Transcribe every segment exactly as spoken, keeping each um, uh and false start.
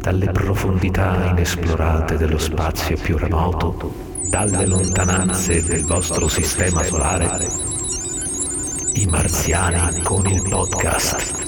dalle profondità inesplorate dello spazio più remoto, dalle lontananze del vostro sistema solare, i marziani con il podcast.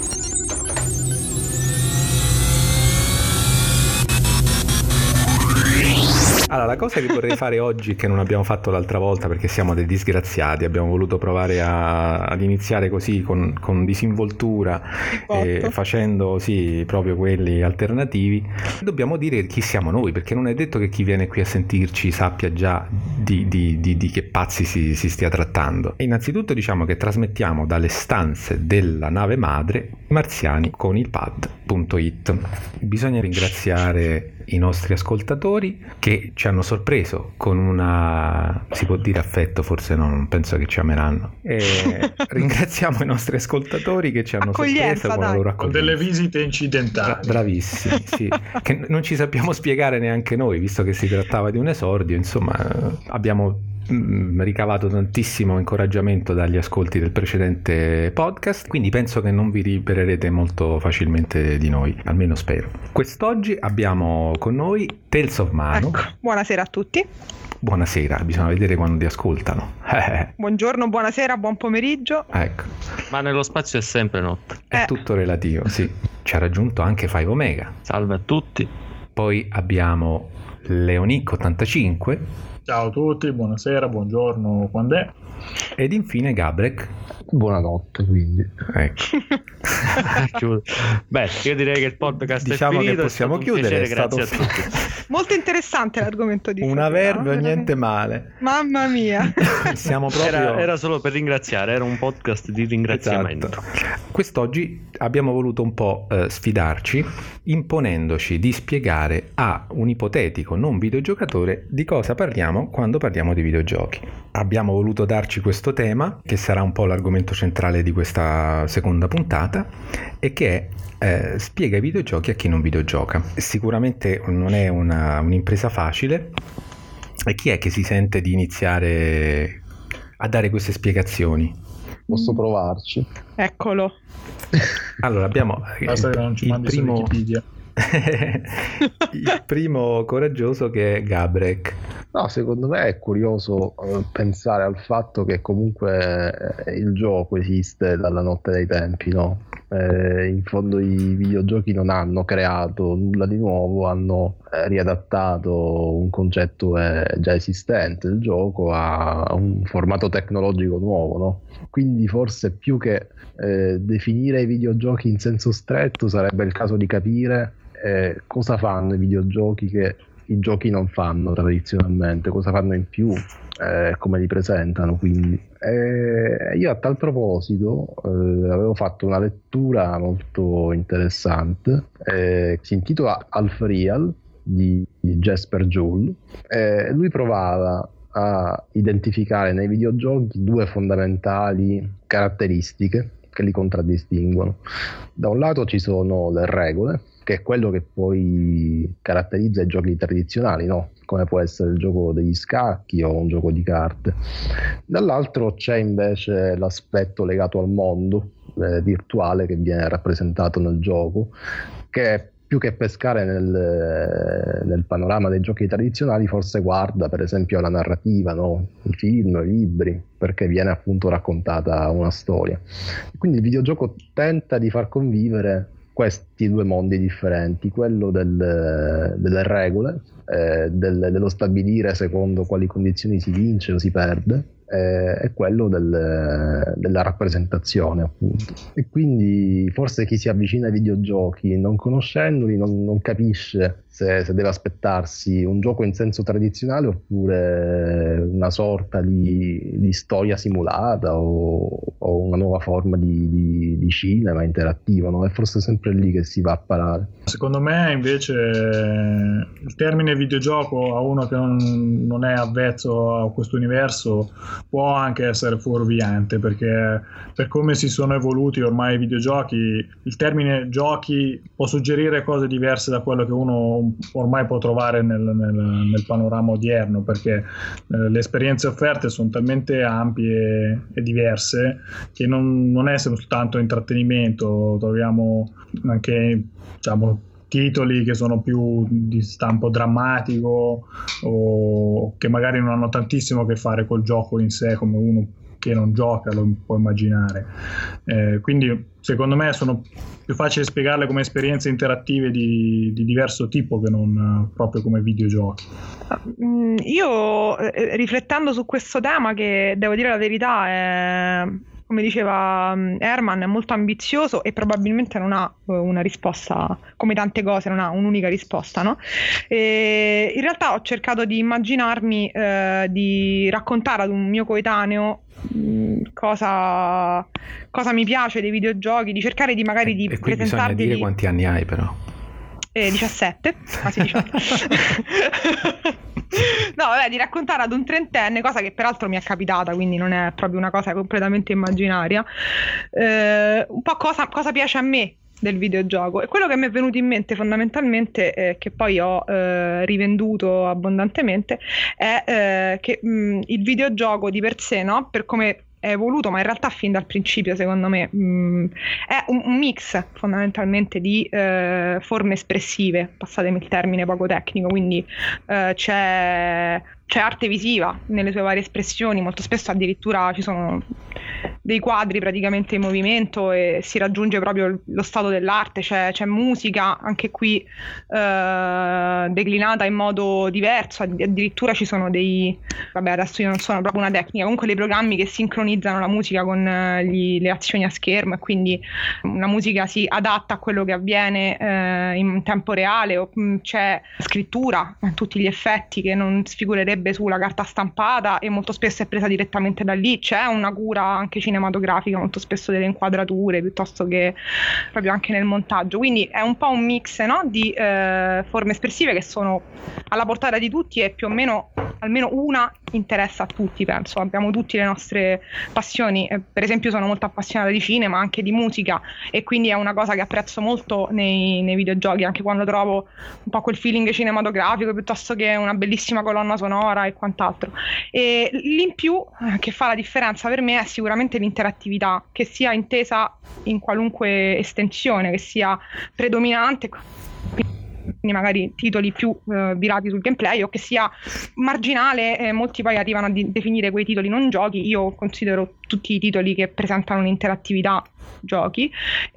Allora, la cosa che vorrei fare oggi, che non abbiamo fatto l'altra volta perché siamo dei disgraziati, abbiamo voluto provare a, ad iniziare così con, con disinvoltura, eh, facendo sì proprio quelli alternativi. Dobbiamo dire chi siamo noi, perché non è detto che chi viene qui a sentirci sappia già di, di, di, di che pazzi si, si stia trattando. E innanzitutto diciamo che trasmettiamo dalle stanze della nave madre marziani con il pad punto it. Bisogna ringraziare i nostri ascoltatori che ci hanno sorpreso con una, si può dire affetto, forse no, non penso che ci ameranno. E ringraziamo i nostri ascoltatori che ci hanno accoglienza, sorpreso con la loro accoglienza. Con delle visite incidentali. Bra- bravissimi, sì. Che non ci sappiamo spiegare neanche noi, visto che si trattava di un esordio. Insomma, abbiamo ricavato tantissimo incoraggiamento dagli ascolti del precedente podcast, quindi penso che non vi libererete molto facilmente di noi, almeno spero. Quest'oggi abbiamo con noi Tales of Manu. Ecco, buonasera a tutti. Buonasera, bisogna vedere quando ti ascoltano. Buongiorno, buonasera, buon pomeriggio. Ecco. Ma nello spazio è sempre notte. È eh. tutto relativo, sì. Ci ha raggiunto anche five Omega. Salve a tutti. Poi abbiamo Leonic ottantacinque. Ciao a tutti, buonasera, buongiorno, quando è? Ed infine Gabrek. Buonanotte, quindi. Ecco. Beh, io direi che il podcast diciamo è finito. Che possiamo chiudere. Piacere, grazie stato... a tutti. Molto interessante l'argomento di una stasera, verve o no? niente male. Mamma mia. Siamo proprio... era, era solo per ringraziare, era un podcast di ringraziamento. Esatto. Quest'oggi abbiamo voluto un po' eh, sfidarci, imponendoci di spiegare a un ipotetico non videogiocatore di cosa parliamo quando parliamo di videogiochi. Abbiamo voluto darci questo tema, che sarà un po' l'argomento centrale di questa seconda puntata, e che è Eh, spiega i videogiochi a chi non videogioca. Sicuramente non è una, un'impresa facile, e chi è che si sente di iniziare a dare queste spiegazioni? Posso provarci? Eccolo. Allora abbiamo Basta che non ci il mandi primo su Wikipedia. il primo coraggioso, che è Gabrek. No, secondo me è curioso eh, pensare al fatto che comunque eh, il gioco esiste dalla notte dei tempi, no? Eh, in fondo i videogiochi non hanno creato nulla di nuovo, hanno eh, riadattato un concetto eh, già esistente, il gioco, a un formato tecnologico nuovo, no? Quindi forse più che eh, definire i videogiochi in senso stretto sarebbe il caso di capire eh, cosa fanno i videogiochi che i giochi non fanno tradizionalmente, cosa fanno in più, eh, come li presentano. Quindi eh, io a tal proposito eh, avevo fatto una lettura molto interessante, eh, si intitola Half Real di, di Jesper Juhl. Eh, lui provava a identificare nei videogiochi due fondamentali caratteristiche che li contraddistinguono. Da un lato ci sono le regole, che è quello che poi caratterizza i giochi tradizionali, no? Come può essere il gioco degli scacchi o un gioco di carte. Dall'altro c'è invece l'aspetto legato al mondo eh, virtuale che viene rappresentato nel gioco, che più che pescare nel, nel panorama dei giochi tradizionali forse guarda per esempio alla narrativa, no? I film, i libri, perché viene appunto raccontata una storia. Quindi il videogioco tenta di far convivere questi due mondi differenti, quello del, delle regole, eh, del, dello stabilire secondo quali condizioni si vince o si perde, eh, e quello del, della rappresentazione, appunto. E quindi forse chi si avvicina ai videogiochi non conoscendoli non, non capisce se, se deve aspettarsi un gioco in senso tradizionale oppure una sorta di, di storia simulata o, o una nuova forma di, di, di cinema interattivo, no? È forse sempre lì che si va a parare. Secondo me invece il termine videogioco a uno che non, non è avvezzo a questo universo può anche essere fuorviante, perché per come si sono evoluti ormai i videogiochi, il termine giochi può suggerire cose diverse da quello che uno ormai può trovare nel, nel, nel panorama odierno, perché eh, le esperienze offerte sono talmente ampie e diverse che non, non è soltanto intrattenimento, troviamo anche, diciamo, titoli che sono più di stampo drammatico o che magari non hanno tantissimo a che fare col gioco in sé, come uno che non gioca lo può immaginare. Eh, quindi secondo me sono più facili spiegarle come esperienze interattive di, di diverso tipo che non uh, proprio come videogiochi. Io eh, riflettendo su questo tema, che devo dire la verità è, come diceva Herman, è molto ambizioso e probabilmente non ha una risposta, come tante cose non ha un'unica risposta, no? E in realtà ho cercato di immaginarmi eh, di raccontare ad un mio coetaneo cosa, cosa mi piace dei videogiochi, di cercare di magari di e qui presentarvi. Bisogna dire quanti anni hai, però. Eh, diciassette, quasi diciotto. No, vabbè, di raccontare ad un trentenne, cosa che peraltro mi è capitata, quindi non è proprio una cosa completamente immaginaria, eh, un po' cosa, cosa piace a me del videogioco. E quello che mi è venuto in mente fondamentalmente, eh, che poi ho eh, rivenduto abbondantemente, è eh, che mh, il videogioco di per sé, no? Per come è evoluto, ma in realtà fin dal principio secondo me mh, è un, un mix fondamentalmente di eh, forme espressive, passatemi il termine poco tecnico, quindi eh, c'è c'è arte visiva nelle sue varie espressioni, molto spesso addirittura ci sono dei quadri praticamente in movimento e si raggiunge proprio lo stato dell'arte, c'è, c'è musica anche qui eh, declinata in modo diverso, addirittura ci sono dei, vabbè adesso io non sono proprio una tecnica, comunque dei programmi che sincronizzano la musica con gli, le azioni a schermo, e quindi la musica si adatta a quello che avviene eh, in tempo reale, o mh, c'è scrittura a tutti gli effetti che non sfigurerebbe sulla carta stampata e molto spesso è presa direttamente da lì, c'è una cura anche cinematografica molto spesso delle inquadrature piuttosto che proprio anche nel montaggio, quindi è un po' un mix, no? Di eh, forme espressive che sono alla portata di tutti e più o meno almeno una interessa a tutti, penso, abbiamo tutti le nostre passioni, eh, per esempio sono molto appassionata di cinema, anche di musica, e quindi è una cosa che apprezzo molto nei, nei videogiochi, anche quando trovo un po' quel feeling cinematografico piuttosto che una bellissima colonna sonora e quant'altro. E l'in più eh, che fa la differenza per me è sicuramente l'interattività, che sia intesa in qualunque estensione, che sia predominante, quindi magari titoli più eh, virati sul gameplay, o che sia marginale, eh, molti poi arrivano a di- definire quei titoli non giochi, io considero tutti i titoli che presentano un'interattività giochi,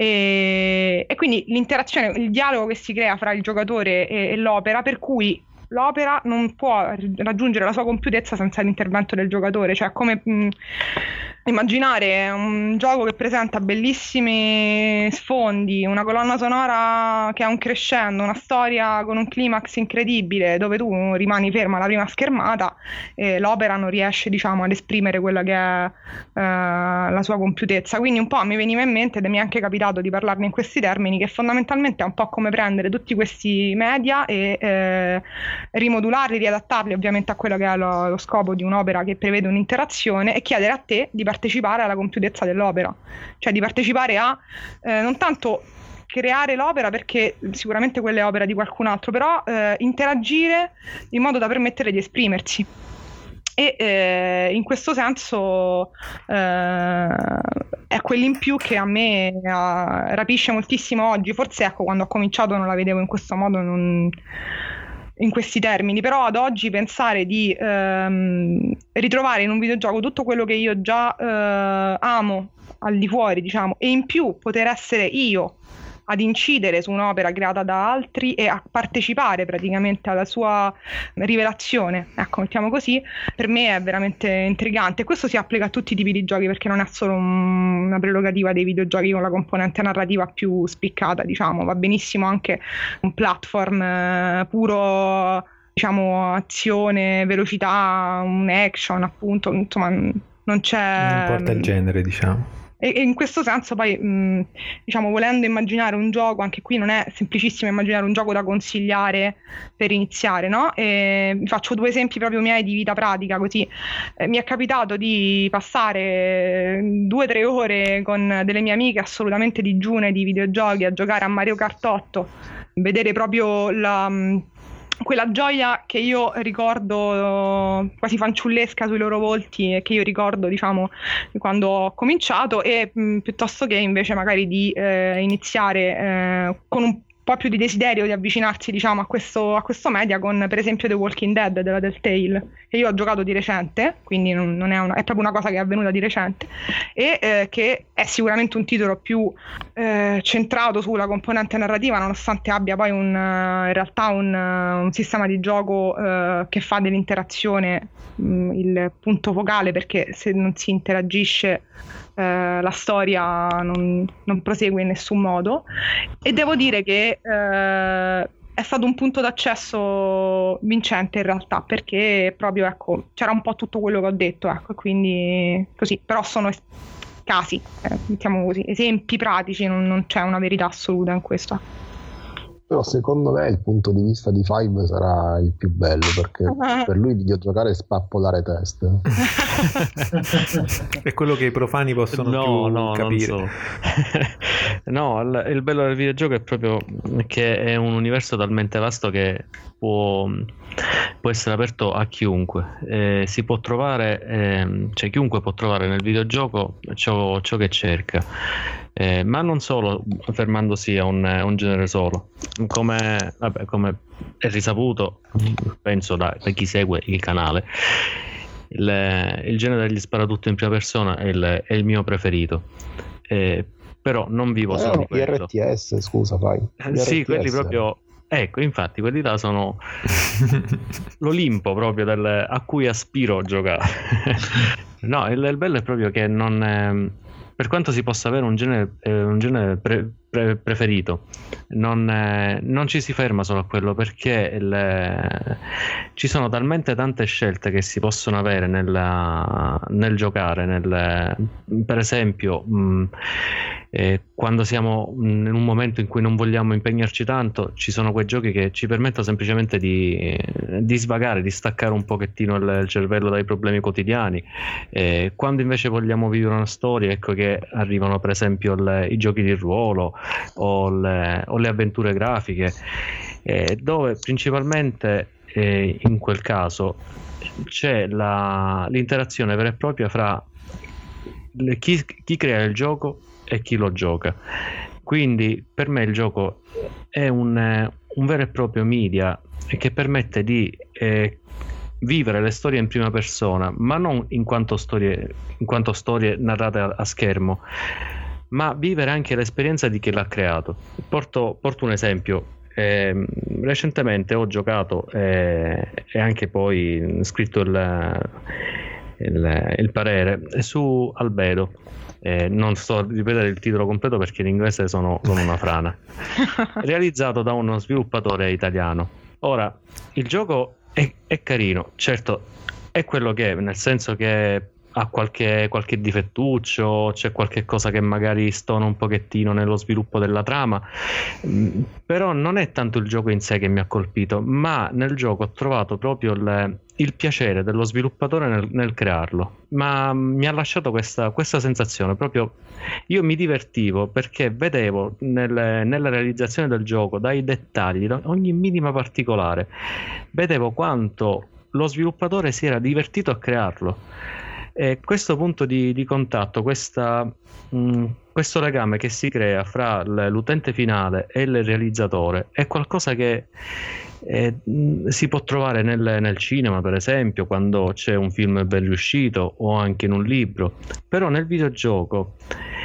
e, e quindi l'interazione, il dialogo che si crea fra il giocatore e, e l'opera, per cui l'opera non può raggiungere la sua compiutezza senza l'intervento del giocatore, cioè come mh, immaginare un gioco che presenta bellissimi sfondi, una colonna sonora che ha un crescendo, una storia con un climax incredibile dove tu rimani ferma alla prima schermata e l'opera non riesce, diciamo, ad esprimere quella che è eh, la sua compiutezza. Quindi un po' mi veniva in mente, ed mi è anche capitato di parlarne in questi termini, che fondamentalmente è un po' come prendere tutti questi media e eh, rimodularli, riadattarli ovviamente a quello che è lo, lo scopo di un'opera che prevede un'interazione, e chiedere a te di partecipare alla compiutezza dell'opera, cioè di partecipare a eh, non tanto creare l'opera, perché sicuramente quella è opera di qualcun altro, però eh, interagire in modo da permettere di esprimersi. E eh, in questo senso eh, è quell'in più che a me eh, rapisce moltissimo oggi. Forse ecco, quando ho cominciato non la vedevo in questo modo, non in questi termini, però ad oggi pensare di ehm, ritrovare in un videogioco tutto quello che io già eh, amo al di fuori, diciamo, e in più poter essere io ad incidere su un'opera creata da altri e a partecipare praticamente alla sua rivelazione, ecco, mettiamo così, per me è veramente intrigante. Questo si applica a tutti i tipi di giochi, perché non è solo un, una prerogativa dei videogiochi con la componente narrativa più spiccata, diciamo, va benissimo anche un platform eh, puro, diciamo, azione, velocità, un action, appunto, insomma, non c'è... Non importa il genere, diciamo. E in questo senso poi, mh, diciamo, volendo immaginare un gioco, anche qui non è semplicissimo immaginare un gioco da consigliare per iniziare, no? E faccio due esempi proprio miei di vita pratica, così eh, mi è capitato di passare due o tre ore con delle mie amiche assolutamente digiune di videogiochi a giocare a Mario Kart otto, vedere proprio la... quella gioia che io ricordo quasi fanciullesca sui loro volti, e che io ricordo, diciamo, quando ho cominciato, e mh, piuttosto che invece magari di eh, iniziare eh, con un po' più di desiderio di avvicinarsi, diciamo, a questo, a questo media con per esempio The Walking Dead della Telltale, che io ho giocato di recente, quindi non, non è, una, è proprio una cosa che è avvenuta di recente, e eh, che è sicuramente un titolo più eh, centrato sulla componente narrativa, nonostante abbia poi un, in realtà un, un sistema di gioco eh, che fa dell'interazione mh, il punto focale, perché se non si interagisce Uh, la storia non, non prosegue in nessun modo, e devo dire che uh, è stato un punto d'accesso vincente in realtà, perché proprio ecco c'era un po' tutto quello che ho detto, ecco, quindi così, però sono es- casi, eh, mettiamo così, esempi pratici, non, non c'è una verità assoluta in questo. Però secondo me il punto di vista di Five sarà il più bello, perché per lui videogiocare è spappolare teste. È quello che i profani possono no, più no, capire. Non so. No, il, il bello del videogioco è proprio che è un universo talmente vasto che può, può essere aperto a chiunque. Eh, si può trovare, eh, cioè chiunque può trovare nel videogioco ciò, ciò che cerca. Eh, ma non solo fermandosi a un, un genere solo, come, vabbè, come è risaputo, penso da, da chi segue il canale, il, il genere degli sparatutto in prima persona è il, è il mio preferito, eh, però non vivo eh, solo di quello. R T S, scusa, fai. Eh, sì, quelli proprio, ecco, infatti quelli là sono l'Olimpo proprio del, a cui aspiro a giocare. No, il, il bello è proprio che non è, per quanto si possa avere un genere, eh, un genere pre, pre, preferito, non, eh, non ci si ferma solo a quello, perché il, eh, ci sono talmente tante scelte che si possono avere nella, nel giocare, nel, per esempio mh, eh, quando siamo in un momento in cui non vogliamo impegnarci tanto, ci sono quei giochi che ci permettono semplicemente di, di svagare, di staccare un pochettino il, il cervello dai problemi quotidiani. Eh, quando invece vogliamo vivere una storia, ecco che arrivano per esempio le, i giochi di ruolo o le, o le avventure grafiche, eh, dove principalmente eh, in quel caso c'è la, l'interazione vera e propria fra le, chi, chi crea il gioco e chi lo gioca. Quindi per me il gioco è un, un vero e proprio media che permette di eh, vivere le storie in prima persona, ma non in quanto storie, in quanto storie narrate a, a schermo, ma vivere anche l'esperienza di chi l'ha creato. Porto, porto un esempio. Eh, recentemente ho giocato eh, e anche poi scritto il, il, il parere su Albedo. Eh, non sto a ripetere il titolo completo perché in inglese sono, sono una frana. Realizzato da uno sviluppatore italiano. Ora, il gioco è, è carino, certo, è quello che è, nel senso che ha qualche, qualche difettuccio, c'è qualche cosa che magari stona un pochettino nello sviluppo della trama, però non è tanto il gioco in sé che mi ha colpito, ma nel gioco ho trovato proprio il, il piacere dello sviluppatore nel, nel crearlo, ma mi ha lasciato questa, questa sensazione, proprio io mi divertivo perché vedevo nelle, nella realizzazione del gioco, dai dettagli, da ogni minima particolare, vedevo quanto lo sviluppatore si era divertito a crearlo. E questo punto di, di contatto, questa, mh, questo legame che si crea fra l'utente finale e il realizzatore è qualcosa che eh, mh, si può trovare nel, nel cinema, per esempio, quando c'è un film ben riuscito, o anche in un libro, però nel videogioco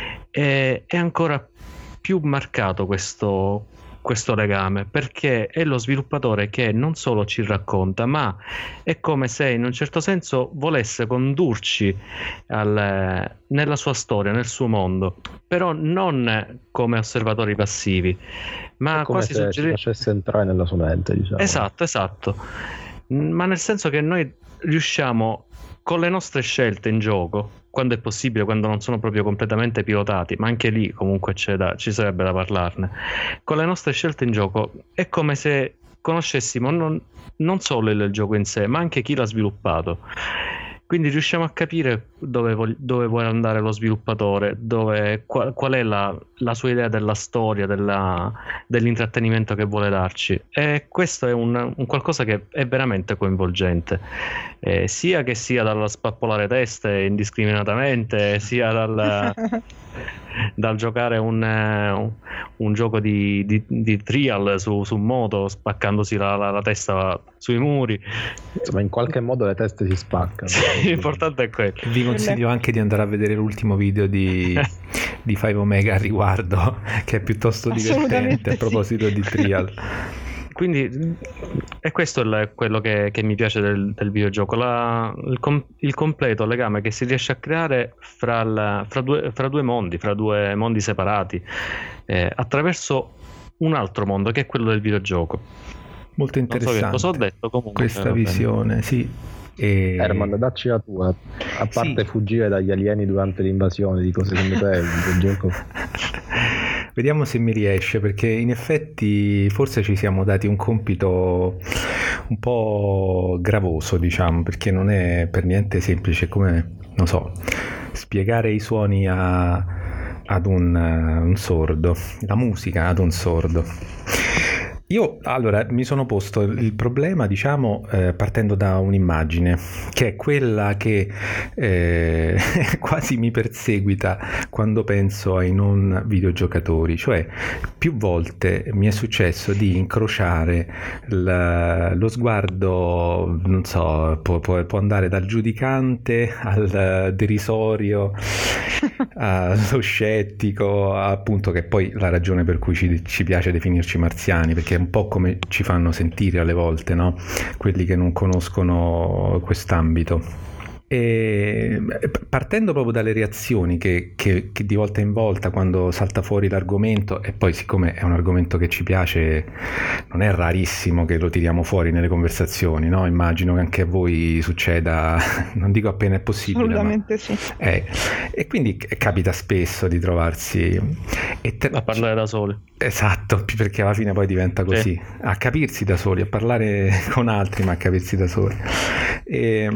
è, è ancora più marcato questo questo legame, perché è lo sviluppatore che non solo ci racconta, ma è come se in un certo senso volesse condurci al, nella sua storia, nel suo mondo, però non come osservatori passivi, ma è come quasi se suggerire... ci facesse entrare nella sua mente, diciamo. Esatto, esatto, ma nel senso che noi riusciamo con le nostre scelte in gioco, quando è possibile, quando non sono proprio completamente pilotati, ma anche lì comunque c'è da, ci sarebbe da parlarne, con le nostre scelte in gioco è come se conoscessimo non, non solo il gioco in sé, ma anche chi l'ha sviluppato. Quindi riusciamo a capire dove, vog- dove vuole andare lo sviluppatore, dove, qual, qual è la, la sua idea della storia, della, dell'intrattenimento che vuole darci. E questo è un, un qualcosa che è veramente coinvolgente, eh, sia che sia dal spappolare teste indiscriminatamente, sia dal, dal giocare un, un, un gioco di, di, di trial su, su moto, spaccandosi la, la, la testa sui muri. Insomma, in qualche modo le teste si spaccano. Sì, l'importante è quello. Vi consiglio anche di andare a vedere l'ultimo video di, di five Omega al riguardo, che è piuttosto divertente a proposito sì. di trial. Quindi è questo il, quello che, che mi piace del, del videogioco, la, il, com, il completo legame che si riesce a creare fra, il, fra, due, fra due mondi, fra due mondi separati, eh, attraverso un altro mondo che è quello del videogioco. Molto interessante. Non so che cosa ho detto, comunque, questa visione, sì. E... Herman, dacci la tua, a parte sì. fuggire dagli alieni durante l'invasione, di cosa secondo te è il videogioco? Vediamo se mi riesce, perché in effetti forse ci siamo dati un compito un po' gravoso, diciamo, perché non è per niente semplice, come, non so, spiegare i suoni a, ad un, un sordo, la musica ad un sordo. Io allora mi sono posto il problema, diciamo, eh, partendo da un'immagine che è quella che eh, quasi mi perseguita quando penso ai non videogiocatori, cioè più volte mi è successo di incrociare la, lo sguardo, non so, può, può, può andare dal giudicante al derisorio, allo scettico, appunto, che è poi la ragione per cui ci, ci piace definirci marziani, perché un po' come ci fanno sentire alle volte, no? Quelli che non conoscono quest'ambito. E partendo proprio dalle reazioni che, che, che di volta in volta quando salta fuori l'argomento, e poi siccome è un argomento che ci piace, non è rarissimo che lo tiriamo fuori nelle conversazioni, no? Immagino che anche a voi succeda, non dico appena è possibile, assolutamente ma... sì. Eh, e quindi capita spesso di trovarsi e te... a parlare da soli. Esatto, perché alla fine poi diventa così, sì. A capirsi da soli, a parlare con altri, ma a capirsi da soli. E,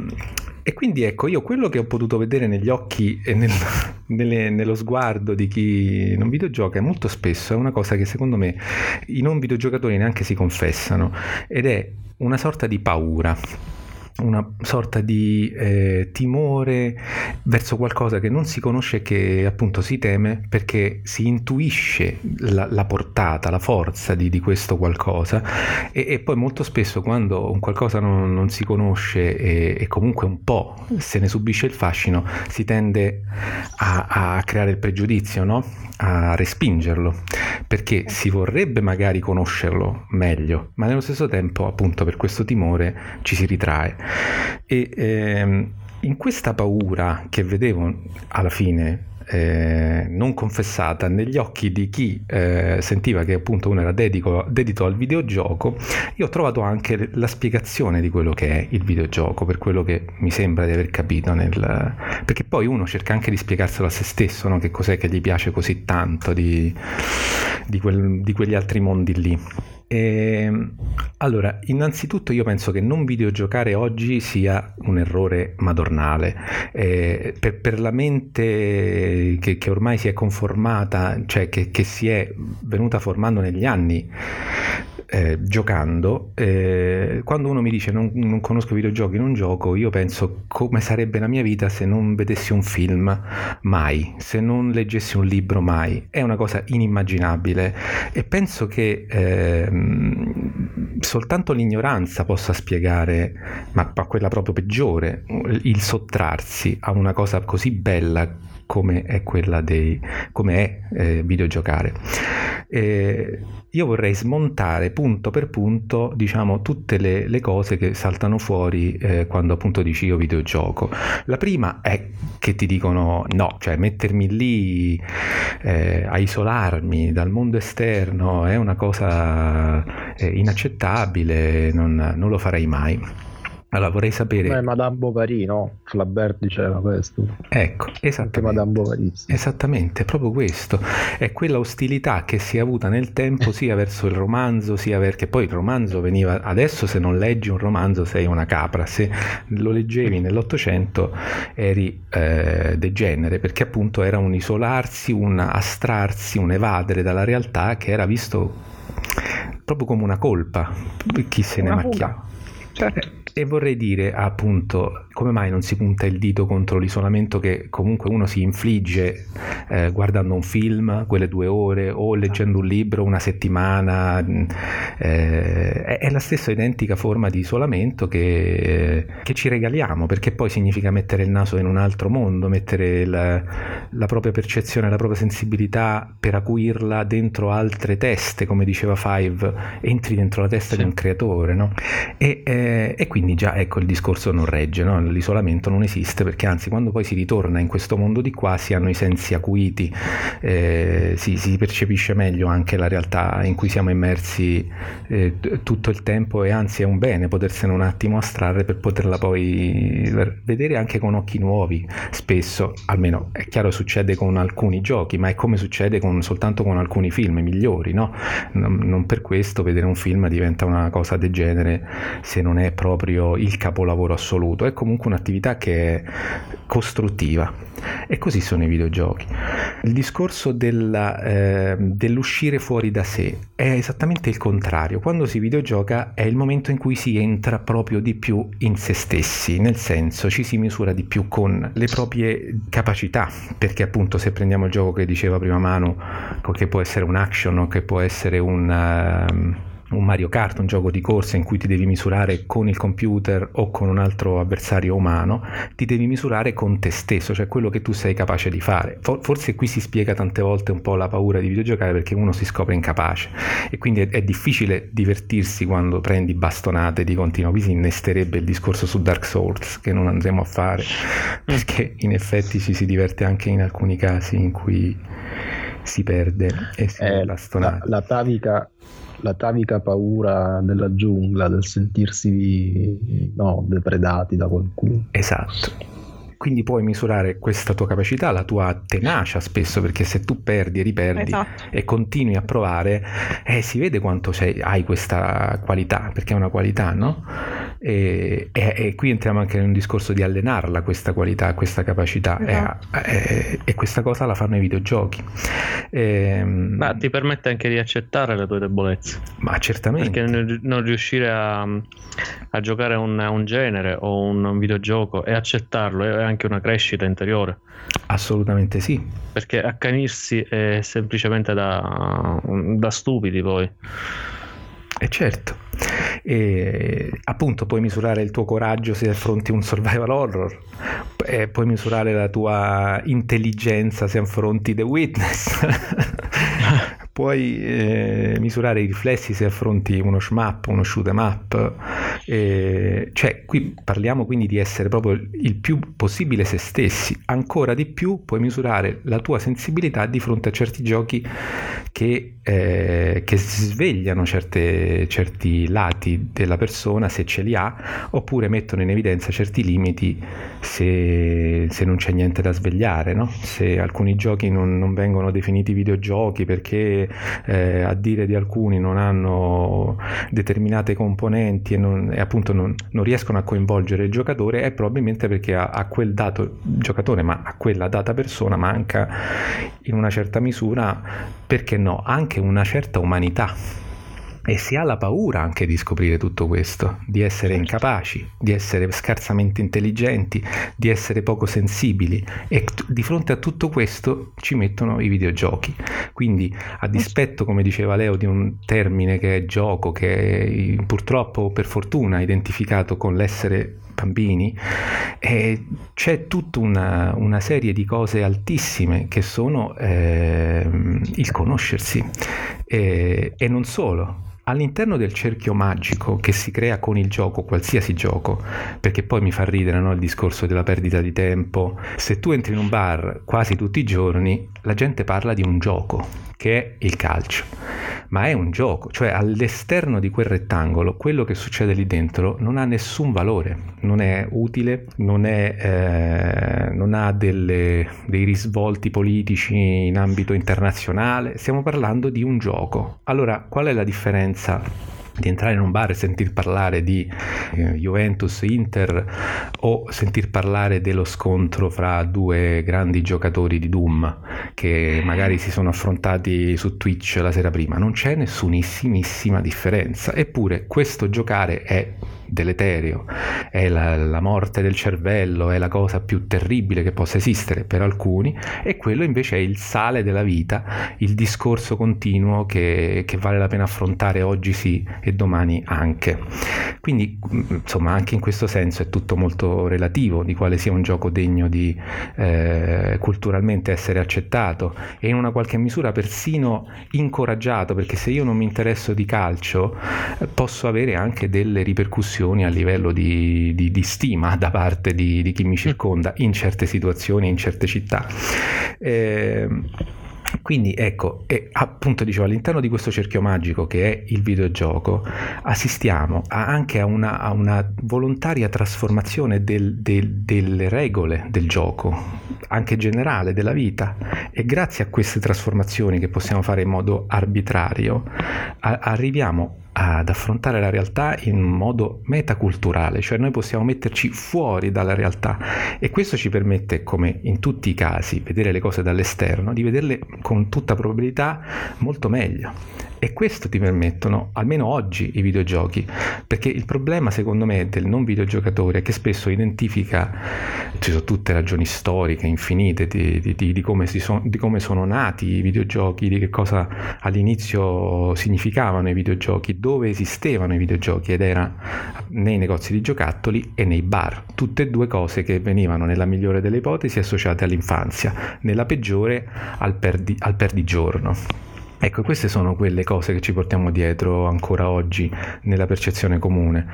e quindi ecco, io quello che ho potuto vedere negli occhi e nel, nelle, nello sguardo di chi non videogioca molto spesso è una cosa che secondo me i non videogiocatori neanche si confessano, ed è una sorta di paura, una sorta di eh, timore verso qualcosa che non si conosce e che appunto si teme, perché si intuisce la, la portata, la forza di, di questo qualcosa, e, e poi molto spesso quando un qualcosa non, non si conosce e, e comunque un po' se ne subisce il fascino, si tende a, a creare il pregiudizio, no? A respingerlo, perché si vorrebbe magari conoscerlo meglio, ma nello stesso tempo appunto per questo timore ci si ritrae. E ehm, in questa paura che vedevo alla fine eh, non confessata negli occhi di chi eh, sentiva che appunto uno era dedico, dedito al videogioco, io ho trovato anche la spiegazione di quello che è il videogioco, per quello che mi sembra di aver capito nel... perché poi uno cerca anche di spiegarselo a se stesso, no? Che cos'è che gli piace così tanto di, di, quel, di quegli altri mondi lì. E, allora, innanzitutto io penso che non videogiocare oggi sia un errore madornale, eh, per, per la mente che, che ormai si è conformata, cioè che, che si è venuta formando negli anni eh, giocando, eh, quando uno mi dice non, non conosco i videogiochi, non gioco, io penso come sarebbe la mia vita se non vedessi un film mai, se non leggessi un libro mai. È una cosa inimmaginabile, e penso che eh, soltanto l'ignoranza possa spiegare, ma, ma quella proprio peggiore, il sottrarsi a una cosa così bella come è quella dei come è eh, videogiocare. Eh, io vorrei smontare punto per punto, diciamo, tutte le, le cose che saltano fuori eh, quando appunto dici io videogioco. La prima è che ti dicono no, cioè mettermi lì eh, a isolarmi dal mondo esterno è una cosa eh, inaccettabile, non, non lo farei mai. Allora vorrei sapere... Beh, Madame Bovary, no? Flaubert diceva questo. Ecco, esattamente. Madame Bovary. Esattamente, proprio questo. È quella ostilità che si è avuta nel tempo sia verso il romanzo, sia perché poi il romanzo veniva... Adesso se non leggi un romanzo sei una capra, se lo leggevi nell'Ottocento eri eh, degenere, perché appunto era un isolarsi, un astrarsi, un evadere dalla realtà che era visto proprio come una colpa, chi se ne macchiava. Certo. e vorrei dire appunto come mai non si punta il dito contro l'isolamento che comunque uno si infligge eh, guardando un film, quelle due ore, o leggendo un libro una settimana. Eh, è, è la stessa identica forma di isolamento che, che ci regaliamo, perché poi significa mettere il naso in un altro mondo, mettere la, la propria percezione, la propria sensibilità per acuirla dentro altre teste, come diceva Five, entri dentro la testa sì. di un creatore, no? E, eh, e quindi già ecco il discorso non regge, no? L'isolamento non esiste, perché anzi quando poi si ritorna in questo mondo di qua si hanno i sensi acuiti, eh, si, si percepisce meglio anche la realtà in cui siamo immersi eh, tutto il tempo, e anzi è un bene potersene un attimo astrarre per poterla poi vedere anche con occhi nuovi. Spesso, almeno è chiaro, succede con alcuni giochi, ma è come succede con, soltanto con alcuni film migliori, no? Non, non per questo vedere un film diventa una cosa del genere se non è proprio il capolavoro assoluto. È comunque un'attività che è costruttiva, e così sono i videogiochi. Il discorso della, eh, dell'uscire fuori da sé è esattamente il contrario. Quando si videogioca è il momento in cui si entra proprio di più in se stessi, nel senso ci si misura di più con le proprie capacità, perché appunto se prendiamo il gioco che diceva prima Manu, che può essere un action o che può essere un... Uh, un Mario Kart, un gioco di corsa in cui ti devi misurare con il computer o con un altro avversario umano, ti devi misurare con te stesso, cioè quello che tu sei capace di fare. Forse qui si spiega tante volte un po' la paura di videogiocare, perché uno si scopre incapace e quindi è, è difficile divertirsi quando prendi bastonate di continuo. Qui si innesterebbe il discorso su Dark Souls, che non andremo a fare, perché in effetti ci si diverte anche in alcuni casi in cui si perde e si è è bastonati. La, la tavica la tavica paura della giungla, del sentirsi no, depredati da qualcuno. Esatto. Quindi puoi misurare questa tua capacità, la tua tenacia spesso, perché se tu perdi e riperdi esatto. e continui a provare, eh, si vede quanto sei, hai questa qualità, perché è una qualità, no? E, e, e qui entriamo anche in un discorso di allenarla, questa qualità, questa capacità, esatto. e, e, e questa cosa la fanno i videogiochi. E, ma ti permette anche di accettare le tue debolezze. Ma certamente. Perché non riuscire a, a giocare un, un genere o un videogioco e accettarlo è anche una crescita interiore. Assolutamente sì. Perché accanirsi è semplicemente da, da stupidi poi. E certo. E appunto puoi misurare il tuo coraggio se affronti un survival horror, e puoi misurare la tua intelligenza se affronti The Witness. Puoi eh, misurare i riflessi se affronti uno shmup, uno shoot 'em up. Eh, cioè qui parliamo quindi di essere proprio il più possibile se stessi. Ancora di più puoi misurare la tua sensibilità di fronte a certi giochi che, eh, che svegliano certe, certi lati della persona, se ce li ha, oppure mettono in evidenza certi limiti se, se non c'è niente da svegliare, no? Se alcuni giochi non, non vengono definiti videogiochi perché Eh, a dire di alcuni non hanno determinate componenti e, non, e appunto non, non riescono a coinvolgere il giocatore, è probabilmente perché a, a quel dato giocatore, ma a quella data persona manca in una certa misura, perché no, anche una certa umanità. E si ha la paura anche di scoprire tutto questo, di essere incapaci, di essere scarsamente intelligenti, di essere poco sensibili, e t- di fronte a tutto questo ci mettono i videogiochi. Quindi a dispetto, come diceva Leo, di un termine che è gioco, che è, purtroppo o per fortuna identificato con l'essere bambini, eh, c'è tutta una, una serie di cose altissime che sono eh, il conoscersi, eh, e non solo. All'interno del cerchio magico che si crea con il gioco, qualsiasi gioco, perché poi mi fa ridere, no, il discorso della perdita di tempo. Se tu entri in un bar quasi tutti i giorni, la gente parla di un gioco, che è il calcio, ma è un gioco, cioè all'esterno di quel rettangolo quello che succede lì dentro non ha nessun valore, non è utile, non, è, eh, non ha delle, dei risvolti politici in ambito internazionale. Stiamo parlando di un gioco. Allora, qual è la differenza di entrare in un bar e sentir parlare di eh, Juventus-Inter, o sentir parlare dello scontro fra due grandi giocatori di Doom che magari si sono affrontati su Twitch la sera prima? Non c'è nessunissimissima differenza, eppure questo giocare è deleterio, è la, la morte del cervello, è la cosa più terribile che possa esistere per alcuni, e quello invece è il sale della vita, il discorso continuo che, che vale la pena affrontare oggi sì e domani anche. Quindi insomma anche in questo senso è tutto molto relativo di quale sia un gioco degno di eh, culturalmente essere accettato e in una qualche misura persino incoraggiato, perché se io non mi interesso di calcio eh, posso avere anche delle ripercussioni a livello di, di, di stima da parte di, di chi mi circonda in certe situazioni, in certe città. Eh, Quindi ecco, e appunto dicevo, all'interno di questo cerchio magico che è il videogioco assistiamo a, anche a una, a una volontaria trasformazione del, del, delle regole del gioco, anche generale della vita, e grazie a queste trasformazioni che possiamo fare in modo arbitrario a, arriviamo ad affrontare la realtà in modo metaculturale, cioè noi possiamo metterci fuori dalla realtà, e questo ci permette, come in tutti i casi, vedere le cose dall'esterno, di vederle con tutta probabilità molto meglio. E questo ti permettono, almeno oggi, i videogiochi, perché il problema secondo me del non videogiocatore è che spesso identifica, ci sono tutte ragioni storiche infinite di, di, di, di, come si son, di come sono nati i videogiochi, di che cosa all'inizio significavano i videogiochi, dove esistevano i videogiochi, ed era nei negozi di giocattoli e nei bar, tutte e due cose che venivano nella migliore delle ipotesi associate all'infanzia, nella peggiore al, perdi, al perdigiorno. Ecco, queste sono quelle cose che ci portiamo dietro ancora oggi nella percezione comune.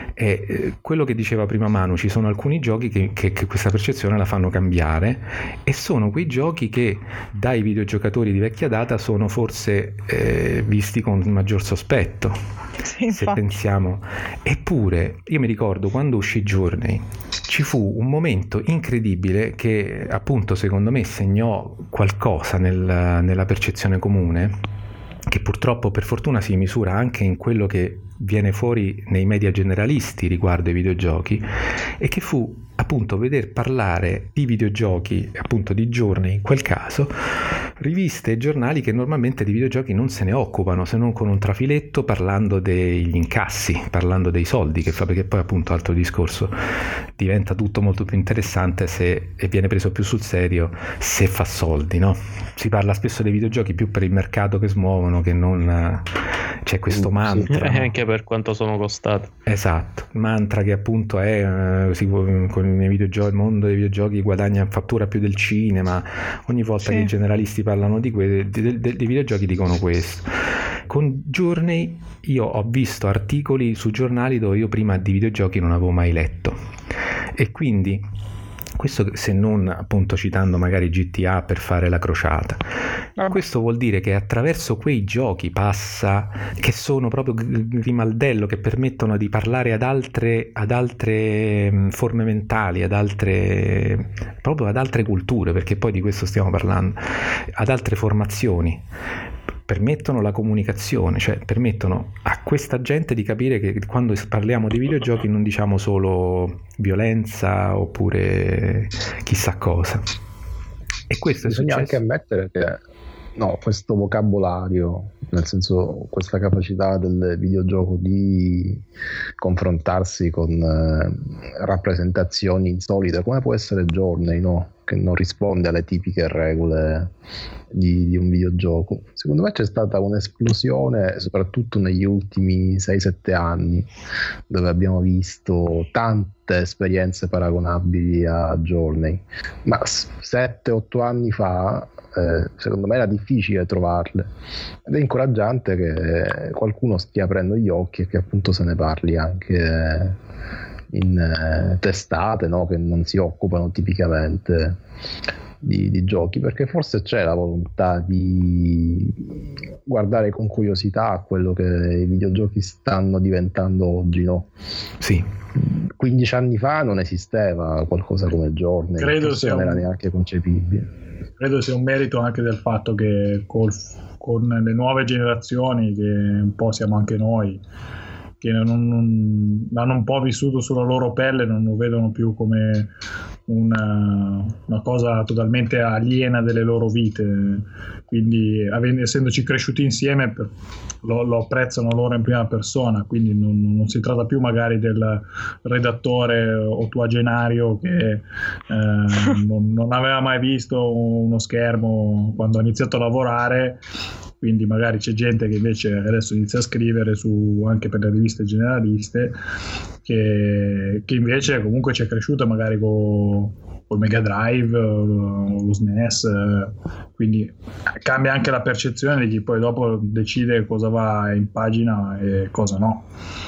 E eh, quello che diceva prima Manu, ci sono alcuni giochi che, che, che questa percezione la fanno cambiare, e sono quei giochi che dai videogiocatori di vecchia data sono forse eh, visti con maggior sospetto. Sì, se pensiamo. Eppure io mi ricordo quando uscì Journey ci fu un momento incredibile che appunto secondo me segnò qualcosa nel, nella percezione comune, che purtroppo per fortuna si misura anche in quello che viene fuori nei media generalisti riguardo ai videogiochi, e che fu appunto veder parlare di videogiochi, appunto di Journey in quel caso, riviste e giornali che normalmente di videogiochi non se ne occupano, se non con un trafiletto, parlando degli incassi, parlando dei soldi che fa, perché poi appunto altro discorso, diventa tutto molto più interessante se e viene preso più sul serio se fa soldi, no? Si parla spesso dei videogiochi più per il mercato che smuovono che non c'è questo mantra, sì, anche per quanto sono costati. Esatto, mantra che appunto è uh, si, con i videogiochi, il mondo dei videogiochi guadagna, fattura più del cinema. Ogni volta sì. che i generalisti parlano di que- dei, dei, dei videogiochi dicono questo. Con Journey io ho visto articoli su giornali dove io prima di videogiochi non avevo mai letto, e quindi questo, se non appunto citando magari G T A per fare la crociata, questo vuol dire che attraverso quei giochi passa, che sono proprio grimaldello, che permettono di parlare ad altre, ad altre forme mentali, ad altre, proprio ad altre culture, perché poi di questo stiamo parlando, ad altre formazioni, permettono la comunicazione, cioè permettono a questa gente di capire che quando parliamo di videogiochi non diciamo solo violenza oppure chissà cosa. E questo è Bisogna successo. anche ammettere che no, questo vocabolario, nel senso questa capacità del videogioco di confrontarsi con eh, rappresentazioni insolite, come può essere Journey, no? Che non risponde alle tipiche regole di, di un videogioco. Secondo me c'è stata un'esplosione soprattutto negli ultimi sei sette anni, dove abbiamo visto tante esperienze paragonabili a Journey, ma sette otto anni fa eh, secondo me era difficile trovarle, ed è incoraggiante che qualcuno stia aprendo gli occhi e che appunto se ne parli anche in eh, testate, no? Che non si occupano tipicamente di, di giochi, perché forse c'è la volontà di guardare con curiosità a quello che i videogiochi stanno diventando oggi, no? Sì. quindici anni fa non esisteva qualcosa come Journey, credo sia non era un... neanche concepibile. Credo sia un merito anche del fatto che col, con le nuove generazioni, che un po' siamo anche noi, che non, non, hanno un po' vissuto sulla loro pelle, non lo vedono più come una, una cosa totalmente aliena delle loro vite, quindi avendo, essendoci cresciuti insieme lo, lo apprezzano loro in prima persona, quindi non, non si tratta più magari del redattore ottuagenario che eh, non, non aveva mai visto uno schermo quando ha iniziato a lavorare. Quindi magari c'è gente che invece adesso inizia a scrivere su, anche per le riviste generaliste, che, che invece comunque ci è cresciuta magari con il Mega Drive, lo S N E S, quindi cambia anche la percezione di chi poi dopo decide cosa va in pagina e cosa no.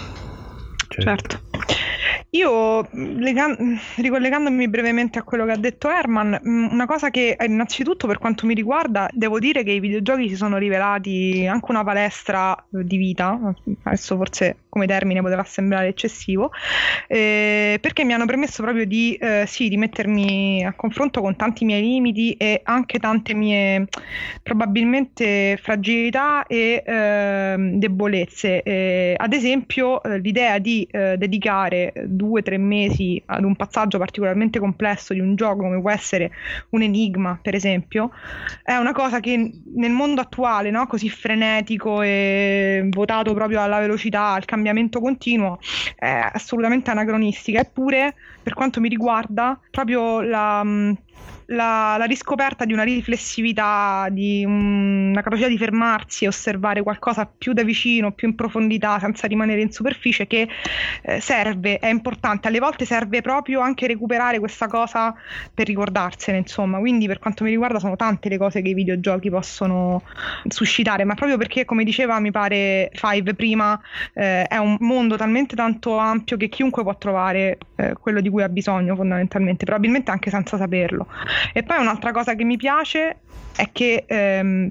Certo. Io, legan- ricollegandomi brevemente a quello che ha detto Herman, una cosa che innanzitutto per quanto mi riguarda devo dire che i videogiochi si sono rivelati anche una palestra di vita, adesso forse come termine poteva sembrare eccessivo, eh, perché mi hanno permesso proprio di, eh, sì, di mettermi a confronto con tanti miei limiti e anche tante mie probabilmente fragilità e eh, debolezze. Eh, ad esempio eh, l'idea di eh, dedicare due o tre mesi ad un passaggio particolarmente complesso di un gioco come può essere un enigma, per esempio, è una cosa che nel mondo attuale, no, così frenetico e votato proprio alla velocità, al cambiamento continuo, è assolutamente anacronistica. Eppure, per quanto mi riguarda, proprio la La, la riscoperta di una riflessività, di un, una capacità di fermarsi e osservare qualcosa più da vicino, più in profondità, senza rimanere in superficie, che eh, serve, è importante. Alle volte serve proprio anche recuperare questa cosa per ricordarsene, insomma. Quindi per quanto mi riguarda sono tante le cose che i videogiochi possono suscitare, ma proprio perché, come diceva mi pare Five prima, eh, è un mondo talmente tanto ampio che chiunque può trovare eh, quello di cui ha bisogno, fondamentalmente, probabilmente anche senza saperlo. E poi un'altra cosa che mi piace è che ehm,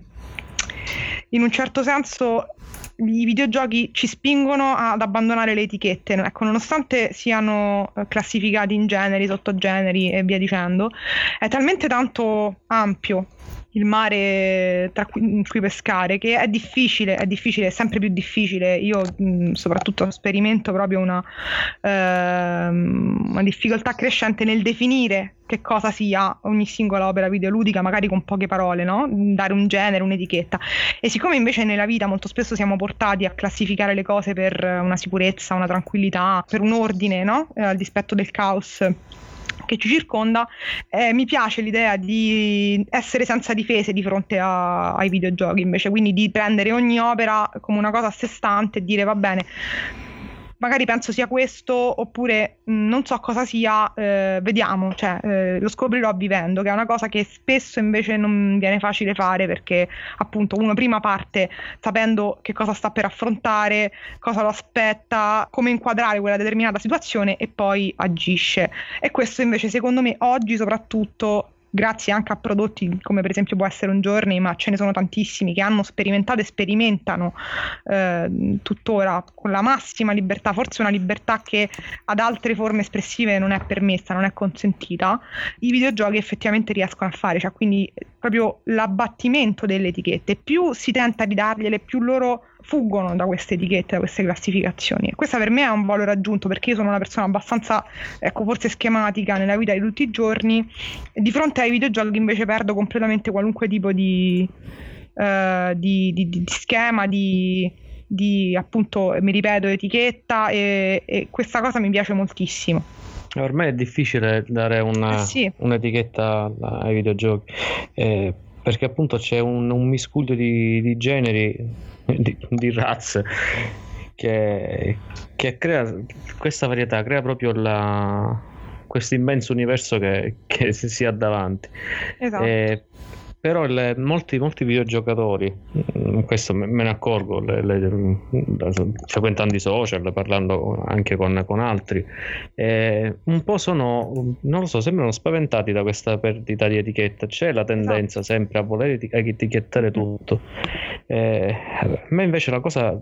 in un certo senso i videogiochi ci spingono ad abbandonare le etichette, ecco, nonostante siano classificati in generi, sottogeneri e via dicendo, è talmente tanto ampio il mare tra cui, in cui pescare, che è difficile, è difficile, è sempre più difficile. Io mh, soprattutto sperimento proprio una, eh, una difficoltà crescente nel definire che cosa sia ogni singola opera videoludica, magari con poche parole, no? Dare un genere, un'etichetta. E siccome invece nella vita molto spesso siamo portati a classificare le cose per una sicurezza, una tranquillità, per un ordine, no? Eh, al dispetto del caos che ci circonda, eh, mi piace l'idea di essere senza difese di fronte a, ai videogiochi, invece, quindi di prendere ogni opera come una cosa a sé stante e dire va bene, magari penso sia questo, oppure mh, non so cosa sia, eh, vediamo, cioè eh, lo scoprirò vivendo, che è una cosa che spesso invece non viene facile fare, perché appunto uno prima parte sapendo che cosa sta per affrontare, cosa lo aspetta, come inquadrare quella determinata situazione e poi agisce. E questo invece secondo me oggi soprattutto, grazie anche a prodotti come per esempio può essere un Journey, ma ce ne sono tantissimi che hanno sperimentato e sperimentano eh, tuttora con la massima libertà, forse una libertà che ad altre forme espressive non è permessa, non è consentita, i videogiochi effettivamente riescono a fare, cioè quindi proprio l'abbattimento delle etichette, più si tenta di dargliele, più loro fuggono da queste etichette, da queste classificazioni. E questa per me è un valore aggiunto, perché io sono una persona abbastanza, ecco, forse schematica nella vita di tutti i giorni, e di fronte ai videogiochi invece perdo completamente qualunque tipo di, uh, di, di, di schema, di, di appunto, mi ripeto, etichetta, e, e questa cosa mi piace moltissimo. Per me è difficile dare una, eh sì. un'etichetta ai videogiochi, eh, perché appunto c'è un, un miscuglio di, di generi, di, di razze, che, che crea questa varietà, crea proprio la, questo immenso universo che, che si ha davanti. Esatto. Eh, però le, molti, molti videogiocatori, questo me, me ne accorgo le, le, frequentando i social, parlando anche con, con altri, eh, un po' sono, non lo so, sembrano spaventati da questa perdita di etichetta. C'è la tendenza esatto. sempre a voler etic- etichettare tutto. Eh, a me invece la cosa,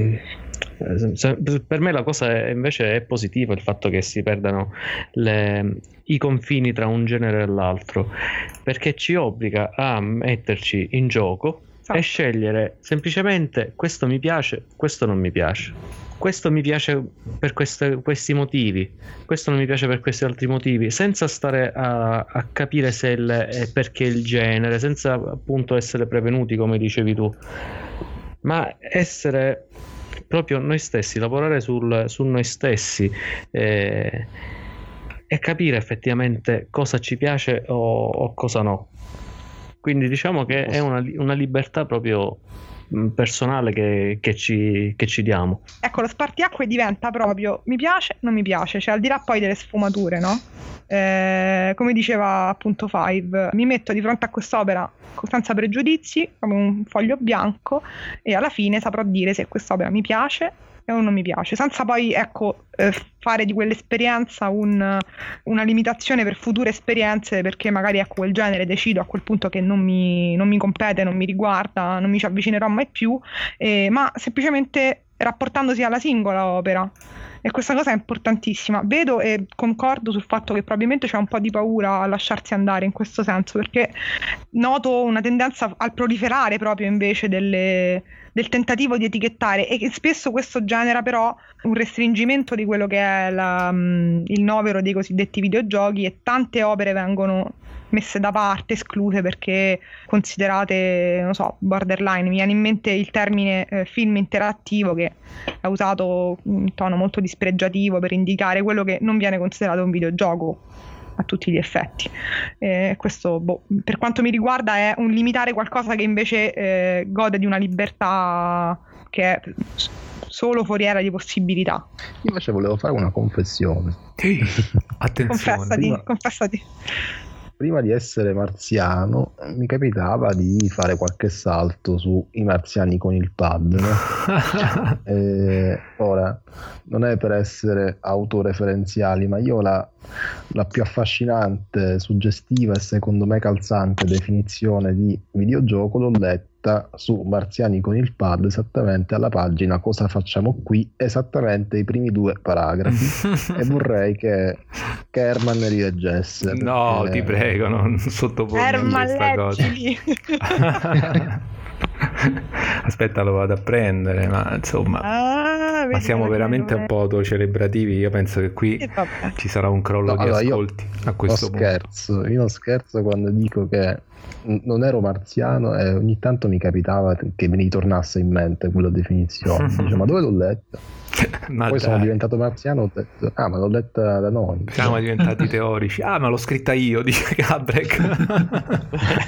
per me la cosa è, invece è positiva, il fatto che si perdano le, i confini tra un genere e l'altro, perché ci obbliga a metterci in gioco esatto. e scegliere semplicemente questo mi piace, questo non mi piace, questo mi piace per queste, questi motivi, questo non mi piace per questi altri motivi, senza stare a, a capire se il, è perché il genere, senza appunto essere prevenuti come dicevi tu, ma essere proprio noi stessi, lavorare sul, su noi stessi eh, e capire effettivamente cosa ci piace o, o cosa no. Quindi diciamo che è una, una libertà proprio personale che, che, ci, che ci diamo. Ecco, lo spartiacque diventa proprio mi piace, non mi piace, cioè al di là poi delle sfumature, no? Eh, come diceva appunto Five, mi metto di fronte a quest'opera senza pregiudizi, come un foglio bianco, e alla fine saprò dire se quest'opera mi piace o non mi piace, senza poi ecco eh, fare di quell'esperienza un, una limitazione per future esperienze, perché magari ecco quel genere decido a quel punto che non mi, non mi compete, non mi riguarda, non mi ci avvicinerò mai più, eh, ma semplicemente rapportandosi alla singola opera. E questa cosa è importantissima. Vedo e concordo sul fatto che probabilmente c'è un po' di paura a lasciarsi andare in questo senso, perché noto una tendenza al proliferare proprio invece delle, del tentativo di etichettare, e spesso questo genera però un restringimento di quello che è la, il novero dei cosiddetti videogiochi, e tante opere vengono messe da parte, escluse perché considerate, non so, borderline. Mi viene in mente il termine eh, film interattivo, che è usato in tono molto dispregiativo per indicare quello che non viene considerato un videogioco a tutti gli effetti. Eh, questo, boh, per quanto mi riguarda, è un limitare qualcosa che invece eh, gode di una libertà che è solo foriera di possibilità. Io invece volevo fare una confessione. Sì, attenzione. Confessati, prima... confessati. Prima di essere marziano mi capitava di fare qualche salto su I marziani con il pad, no? E ora non è per essere autoreferenziali, ma io la, la più affascinante, suggestiva e secondo me calzante definizione di videogioco l'ho letta su Marziani con il pad, esattamente alla pagina Cosa facciamo qui, esattamente i primi due paragrafi. E vorrei che, che Herman ne rileggesse. No, perché... ti prego, non sottopormi a questa cosa. Aspetta, lo vado a prendere, ma insomma, ah, ma siamo veramente un po' autocelebrativi. Io penso che qui ci sarà un crollo no, di allora ascolti a questo non punto. Scherzo, io non scherzo quando dico che non ero marziano e ogni tanto mi capitava che mi ritornasse in mente quella definizione. Dice, ma dove l'ho letta? Ma poi dai. Sono diventato marziano, ho detto, ah, ma l'ho letta da noi. Siamo diventati teorici. Ah, ma l'ho scritta io, dice Gabrek.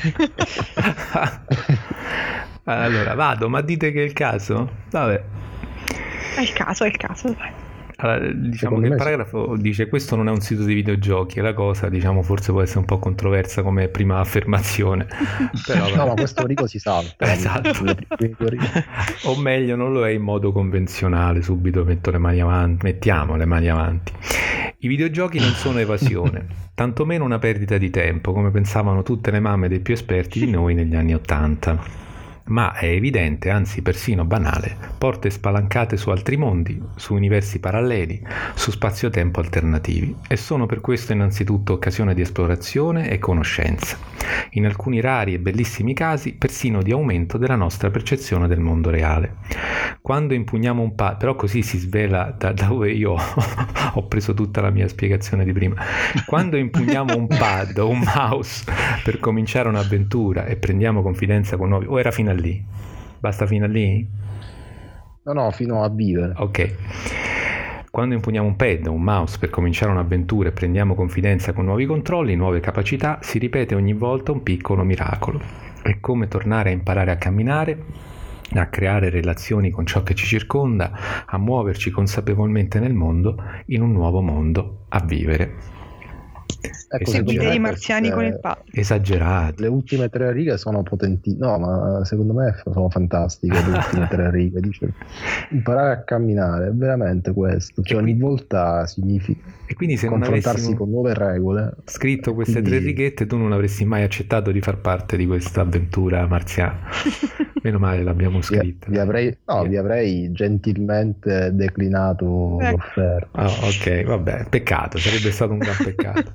Allora, vado, ma dite che è il caso? Vabbè. È il caso, è il caso. Allora, diciamo Secondo che il paragrafo sì. dice questo non è un sito di videogiochi, e la cosa, diciamo, forse può essere un po' controversa come prima affermazione. Però, no, ma questo rigo si salta. Esatto. O meglio, non lo è in modo convenzionale. Subito metto le mani avanti, mettiamo le mani avanti. I videogiochi non sono evasione, tantomeno una perdita di tempo, come pensavano tutte le mamme dei più esperti di noi negli anni Ottanta. Ma è evidente, anzi persino banale, porte spalancate su altri mondi, su universi paralleli, su spazio-tempo alternativi, e sono per questo innanzitutto occasione di esplorazione e conoscenza, in alcuni rari e bellissimi casi persino di aumento della nostra percezione del mondo reale. Quando impugniamo un pad, però così si svela da, da dove io ho preso tutta la mia spiegazione di prima, quando impugniamo un pad o un mouse per cominciare un'avventura e prendiamo confidenza con nuovi, o era fino a lì? Basta fino a lì? No, no, fino a vivere. Ok. Quando impugniamo un pad o un mouse per cominciare un'avventura e prendiamo confidenza con nuovi controlli, nuove capacità, si ripete ogni volta un piccolo miracolo. È come tornare a imparare a camminare, a creare relazioni con ciò che ci circonda, a muoverci consapevolmente nel mondo, in un nuovo mondo, a vivere. Ecco, seguite i marziani con il pad. Esagerate. Le ultime tre righe sono potenti, no, ma secondo me sono fantastiche le ultime tre righe. Dice imparare a camminare, è veramente questo, cioè ogni volta significa e quindi se confrontarsi non con nuove regole. Scritto queste quindi... tre righette, tu non avresti mai accettato di far parte di questa avventura marziana. Meno male l'abbiamo scritta. Vi, vi avrei, no, vi avrei gentilmente declinato eh. l'offerta. Oh, ok, vabbè, peccato, sarebbe stato un gran peccato.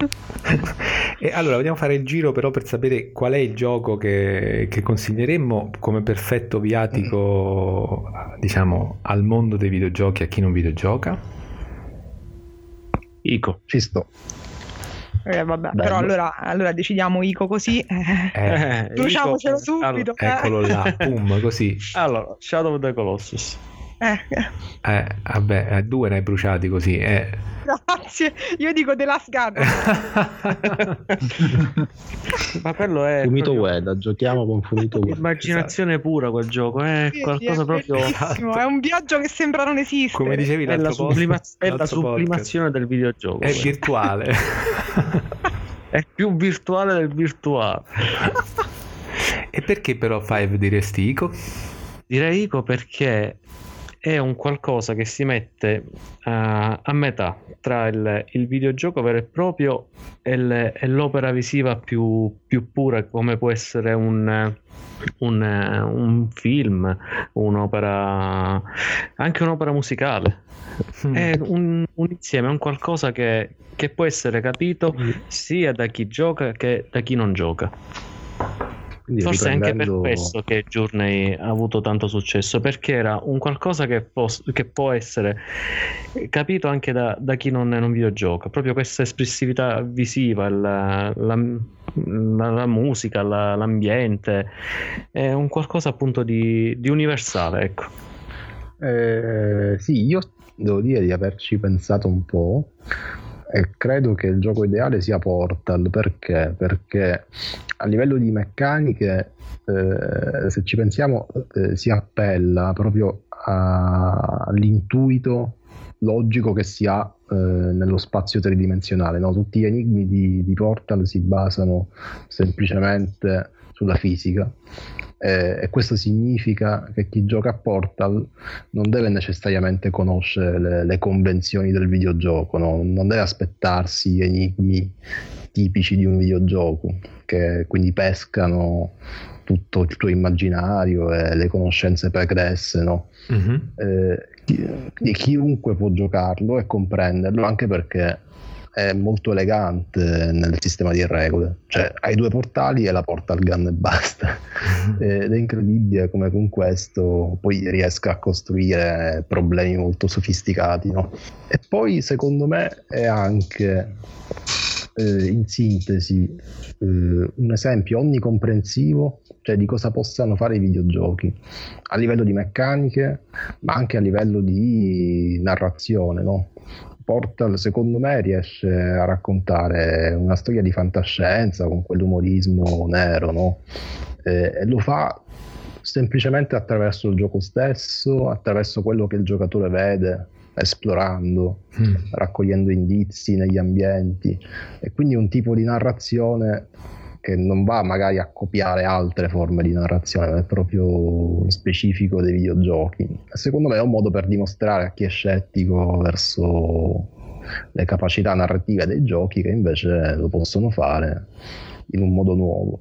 E allora vogliamo fare il giro però per sapere qual è il gioco che, che consiglieremmo come perfetto viatico, diciamo, al mondo dei videogiochi, a chi non videogioca. Ico. Ci sto. Eh, vabbè, Bello. però allora, allora decidiamo Ico così, eh, Eh, bruciamocelo Ico- subito. allora, eccolo là, pum, così. Allora, Shadow of the Colossus. Eh, Eh, vabbè, eh, due ne hai bruciati così. Eh. grazie, io dico The Last Guardian. Ma quello è Fumito proprio Ueda, giochiamo con Fumito Ueda. immaginazione pura quel gioco, è Sì, qualcosa è proprio... bellissimo, è un viaggio che sembra non esistere. Come dicevi È la, l'altro sublima- post- è la l'altro sublimazione del videogioco. podcast. È quello. virtuale. È più virtuale del virtuale. E perché però Five diresti Ico? Direi Ico perché è un qualcosa che si mette uh, a metà tra il, il videogioco vero e proprio e, il, e l'opera visiva più, più pura, come può essere un, un, un film, un'opera, anche un'opera musicale. È un, un insieme, è un qualcosa che, che può essere capito sia da chi gioca che da chi non gioca. Quindi Forse è anche per riprendendo- questo che Journey ha avuto tanto successo, perché era un qualcosa che, pos- che può essere capito anche da, da chi non, non videogioca. Proprio questa espressività visiva, la, la, la, la musica, la, l'ambiente, è un qualcosa appunto di, di universale, ecco. Eh, sì, io devo dire di averci pensato un po' e credo che il gioco ideale sia Portal. Perché? Perché a livello di meccaniche, eh, se ci pensiamo, eh, si appella proprio a- all'intuito logico che si ha eh, nello spazio tridimensionale, no? Tutti gli enigmi di, di Portal si basano semplicemente sulla fisica. Eh, e questo significa che chi gioca a Portal non deve necessariamente conoscere le, le convenzioni del videogioco, no? Non deve aspettarsi gli enigmi tipici di un videogioco, che quindi pescano tutto il tuo immaginario e le conoscenze pregresse, no? Mhm. Eh, chi- quindi chiunque può giocarlo e comprenderlo, anche perché è molto elegante nel sistema di regole, cioè hai due portali e la portal gun e basta. Ed è incredibile come con questo poi riesca a costruire problemi molto sofisticati, no? E poi secondo me è anche eh, in sintesi eh, un esempio onnicomprensivo, cioè di cosa possano fare i videogiochi a livello di meccaniche, ma anche a livello di narrazione, no? Portal secondo me riesce a raccontare una storia di fantascienza con quell'umorismo nero, no? Eh, e lo fa semplicemente attraverso il gioco stesso, attraverso quello che il giocatore vede, esplorando, Mm. raccogliendo indizi negli ambienti, e quindi un tipo di narrazione che non va magari a copiare altre forme di narrazione, ma è proprio specifico dei videogiochi. Secondo me è un modo per dimostrare a chi è scettico verso le capacità narrative dei giochi che invece lo possono fare in un modo nuovo.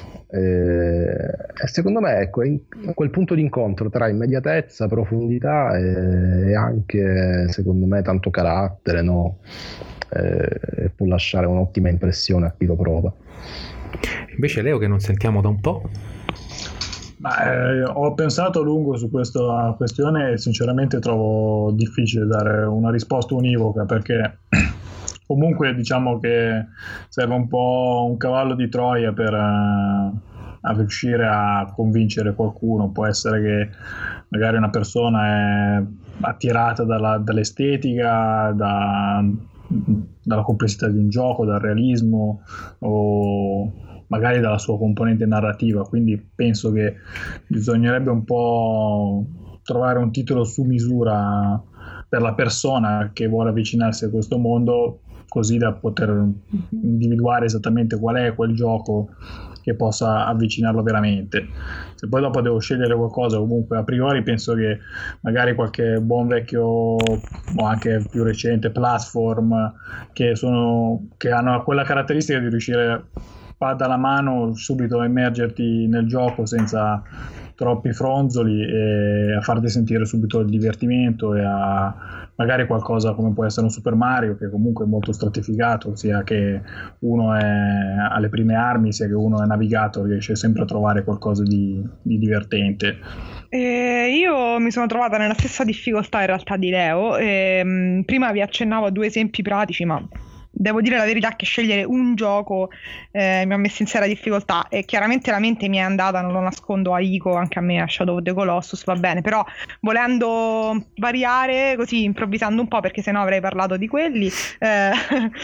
E secondo me, ecco, è quel punto di incontro tra immediatezza, profondità e, e anche, secondo me, tanto carattere, no? E può lasciare un'ottima impressione a chi lo prova. Invece Leo, che non sentiamo da un po'. Ma, eh, ho pensato a lungo su questa questione e sinceramente trovo difficile dare una risposta univoca, perché comunque diciamo che serve un po' un cavallo di Troia per uh, a riuscire a convincere qualcuno. Può essere che magari una persona è attirata dalla, dall'estetica, da, dalla complessità di un gioco, dal realismo o magari dalla sua componente narrativa, quindi penso che bisognerebbe un po' trovare un titolo su misura per la persona che vuole avvicinarsi a questo mondo, così da poter individuare esattamente qual è quel gioco che possa avvicinarlo veramente. Se poi dopo devo scegliere qualcosa, comunque a priori penso che magari qualche buon vecchio o anche più recente platform che sono che hanno quella caratteristica di riuscire dalla mano subito a immergerti nel gioco senza troppi fronzoli e a farti sentire subito il divertimento e a magari qualcosa come può essere un Super Mario, che comunque è molto stratificato, sia che uno è alle prime armi sia che uno è navigato, riesce sempre a trovare qualcosa di, di divertente. Eh, io mi sono trovata nella stessa difficoltà in realtà di Leo. Eh, prima vi accennavo a due esempi pratici, ma devo dire la verità che scegliere un gioco eh, mi ha messo in seria difficoltà, e chiaramente la mente mi è andata, non lo nascondo, a Ico, anche a me a Shadow of the Colossus, va bene, però volendo variare così, improvvisando un po', perché sennò avrei parlato di quelli, eh,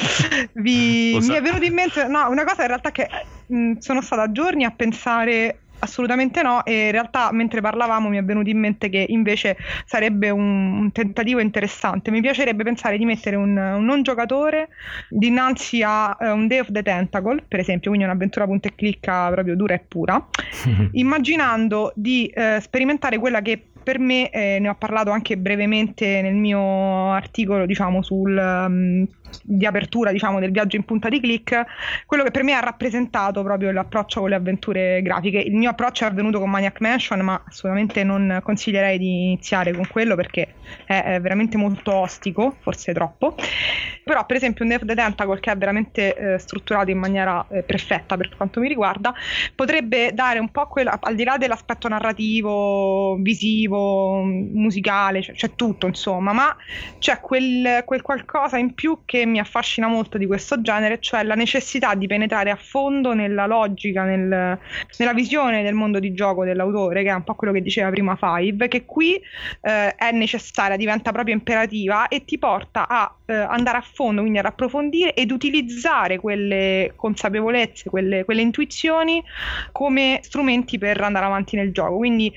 vi, mi è venuto in mente no, una cosa in realtà che mh, sono stata giorni a pensare. Assolutamente no, e in realtà mentre parlavamo mi è venuto in mente che invece sarebbe un, un tentativo interessante. Mi piacerebbe pensare di mettere un, un non giocatore dinanzi a uh, un Day of the Tentacle, per esempio, quindi un'avventura punta e clicca proprio dura e pura, immaginando di uh, sperimentare quella che per me, eh, ne ho parlato anche brevemente nel mio articolo, diciamo, sul um, di apertura, diciamo, del viaggio in punta di click, quello che per me ha rappresentato proprio l'approccio con le avventure grafiche. Il mio approccio è avvenuto con Maniac Mansion, ma assolutamente non consiglierei di iniziare con quello perché è, è veramente molto ostico, forse troppo. Però per esempio un Day of the Tentacle, che è veramente eh, strutturato in maniera eh, perfetta per quanto mi riguarda, potrebbe dare un po' quella, al di là dell'aspetto narrativo, visivo, musicale, c'è, c'è tutto insomma, ma c'è quel, quel qualcosa in più che mi affascina molto di questo genere, cioè la necessità di penetrare a fondo nella logica, nel, nella visione del mondo di gioco dell'autore, che è un po' quello che diceva prima Five, che qui eh, è necessaria, diventa proprio imperativa e ti porta a eh, andare a fondo, quindi ad approfondire ed utilizzare quelle consapevolezze, quelle, quelle intuizioni come strumenti per andare avanti nel gioco. Quindi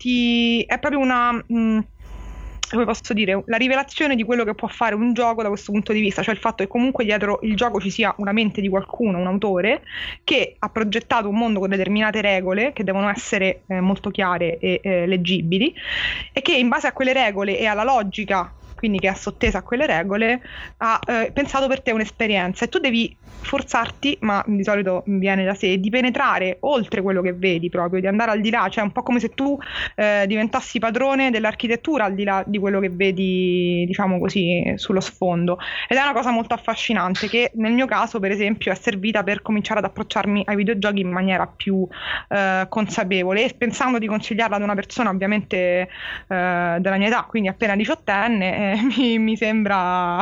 ti, è proprio una... Mh, come posso dire, la rivelazione di quello che può fare un gioco da questo punto di vista, cioè il fatto che comunque dietro il gioco ci sia una mente di qualcuno, un autore che ha progettato un mondo con determinate regole che devono essere eh, molto chiare e eh, leggibili, e che in base a quelle regole e alla logica, quindi che è sottesa a quelle regole, ha eh, pensato per te un'esperienza, e tu devi forzarti, ma di solito viene da sé, di penetrare oltre quello che vedi, proprio di andare al di là, cioè un po' come se tu eh, diventassi padrone dell'architettura al di là di quello che vedi, diciamo così, sullo sfondo. Ed è una cosa molto affascinante che nel mio caso per esempio è servita per cominciare ad approcciarmi ai videogiochi in maniera più eh, consapevole, e pensando di consigliarla ad una persona ovviamente eh, della mia età, quindi appena diciottenne, eh, mi, mi sembra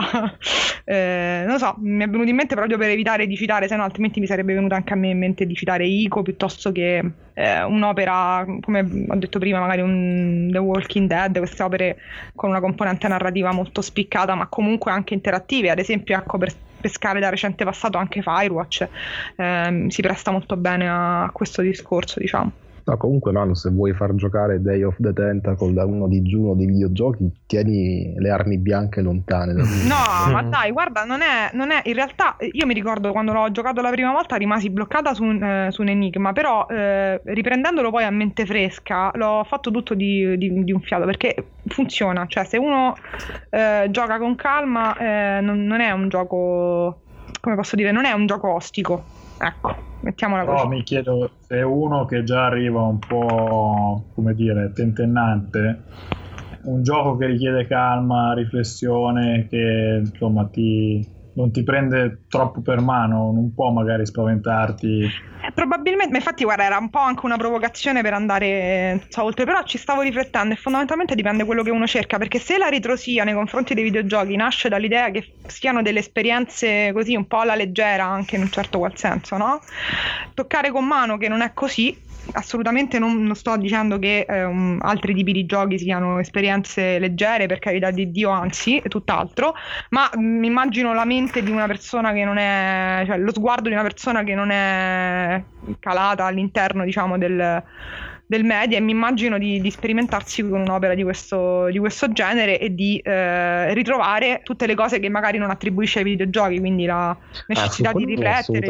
eh, non so, mi è venuto in mente proprio per evitare di citare, se no altrimenti mi sarebbe venuto anche a me in mente di citare Ico piuttosto che eh, un'opera come ho detto prima, magari un The Walking Dead, queste opere con una componente narrativa molto spiccata ma comunque anche interattive. Ad esempio, ecco, per pescare da recente passato anche Firewatch ehm, si presta molto bene a questo discorso, diciamo. No, comunque Manu, se vuoi far giocare Day of the Tentacle da uno digiuno dei videogiochi, tieni le armi bianche lontane da lui. No, ma dai, guarda, non è, non è, in realtà io mi ricordo quando l'ho giocato la prima volta rimasi bloccata su un, eh, su un enigma, però eh, riprendendolo poi a mente fresca l'ho fatto tutto di, di, di un fiato, perché funziona, cioè se uno eh, gioca con calma eh, non, non è un gioco, come posso dire, non è un gioco ostico. Ecco, mettiamola così. No, mi chiedo se uno che già arriva un po', come dire, tentennante, un gioco che richiede calma, riflessione, che insomma ti non ti prende troppo per mano, non può magari spaventarti. Eh, probabilmente, ma infatti guarda, era un po' anche una provocazione per andare so, oltre, però ci stavo riflettendo e fondamentalmente dipende quello che uno cerca, perché se la ritrosia nei confronti dei videogiochi nasce dall'idea che siano delle esperienze così un po' alla leggera, anche in un certo qual senso, no? Toccare con mano che non è così. Assolutamente non, non sto dicendo che eh, um, altri tipi di giochi siano esperienze leggere, per carità di Dio, anzi tutt'altro, ma mi immagino la mente di una persona che non è, cioè lo sguardo di una persona che non è calata all'interno, diciamo, del del media, e mi immagino di, di sperimentarsi con un'opera di questo, di questo genere e di eh, ritrovare tutte le cose che magari non attribuisce ai videogiochi, quindi la necessità ah, di riflettere,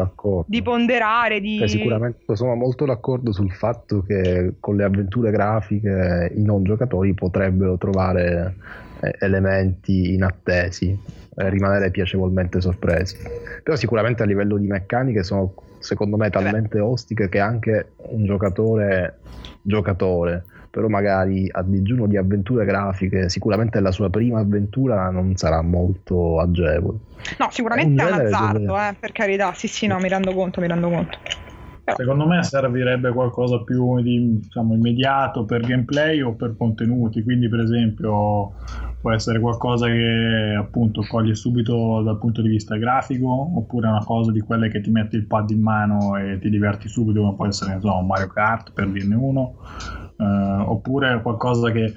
di ponderare, di... Beh, sicuramente sono molto d'accordo sul fatto che con le avventure grafiche i non giocatori potrebbero trovare eh, elementi inattesi, eh, rimanere piacevolmente sorpresi, però sicuramente a livello di meccaniche sono secondo me talmente ostiche che anche un giocatore giocatore però magari a digiuno di avventure grafiche, sicuramente la sua prima avventura non sarà molto agevole. No, sicuramente è un, un azzardo, dove... eh, per carità, sì sì, no, mi rendo conto, mi rendo conto. Però... Secondo me servirebbe qualcosa più di, diciamo, immediato per gameplay o per contenuti, quindi per esempio può essere qualcosa che appunto coglie subito dal punto di vista grafico, oppure una cosa di quelle che ti metti il pad in mano e ti diverti subito, come può essere, insomma, un Mario Kart, per dirne uno, eh, oppure qualcosa che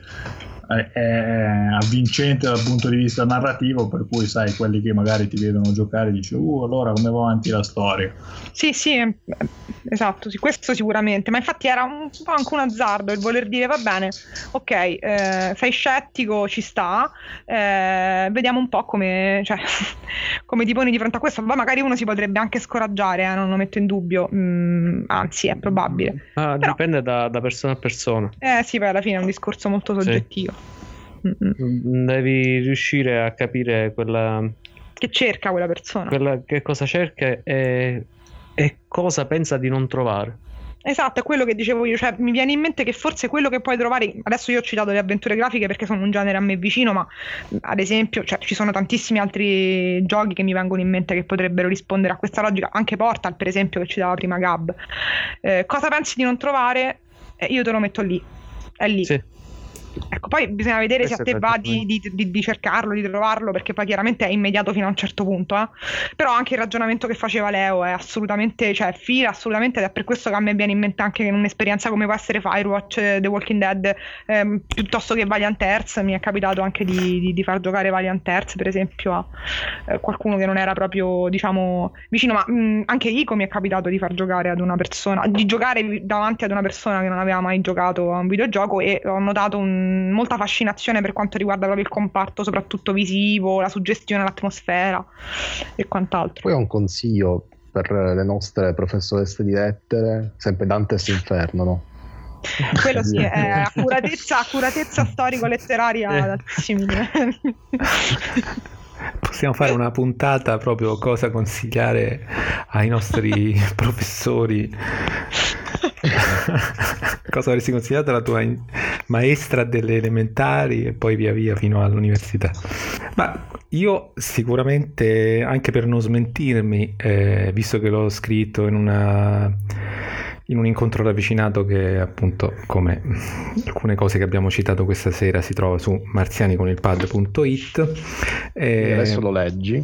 è avvincente dal punto di vista narrativo, per cui sai, quelli che magari ti vedono giocare dici uh allora come va avanti la storia. Sì sì, esatto, sì, questo sicuramente, ma infatti era un po' anche un azzardo il voler dire va bene, ok, eh, sei scettico, ci sta, eh, vediamo un po' come, cioè, come ti poni di fronte a questo. Ma magari uno si potrebbe anche scoraggiare, eh, non lo metto in dubbio, mm, anzi è probabile. Ah, Però, dipende da, da persona a persona. Eh sì, poi alla fine è un discorso molto soggettivo. Sì. Mm-mm. Devi riuscire a capire quella che cerca quella persona, quella, che cosa cerca e, e cosa pensa di non trovare. Esatto, è quello che dicevo io, cioè mi viene in mente che forse quello che puoi trovare, adesso io ho citato le avventure grafiche perché sono un genere a me vicino, ma ad esempio, cioè, ci sono tantissimi altri giochi che mi vengono in mente che potrebbero rispondere a questa logica, anche Portal per esempio che citava prima Gab. Eh, cosa pensi di non trovare? Eh, io te lo metto lì, è lì. Sì. Ecco, poi bisogna vedere Questo se a te va di, di, di, di cercarlo, di trovarlo, perché poi chiaramente è immediato fino a un certo punto, eh? Però anche il ragionamento che faceva Leo è assolutamente, cioè fila assolutamente, ed è per questo che a me viene in mente anche un'esperienza come può essere Firewatch, The Walking Dead, ehm, piuttosto che Valiant Hearts. Mi è capitato anche di, di, di far giocare Valiant Hearts per esempio a eh, qualcuno che non era proprio, diciamo, vicino, ma mh, anche Ico mi è capitato di far giocare ad una persona, di giocare davanti ad una persona che non aveva mai giocato a un videogioco, e ho notato un molta fascinazione per quanto riguarda proprio il comparto soprattutto visivo, la suggestione, l'atmosfera e quant'altro. Poi ho un consiglio per le nostre professoresse di lettere, sempre Dante's Inferno, no? Quello sì, è accuratezza, accuratezza storico-letteraria ad altissimi livelli. Possiamo fare una puntata proprio cosa consigliare ai nostri professori. Cosa avresti consigliato alla tua in- maestra delle elementari e poi via via fino all'università? Ma io sicuramente, anche per non smentirmi, eh, visto che l'ho scritto in una in un incontro ravvicinato che appunto, come alcune cose che abbiamo citato questa sera, si trova su marziani con il pad punto it. E adesso lo leggi.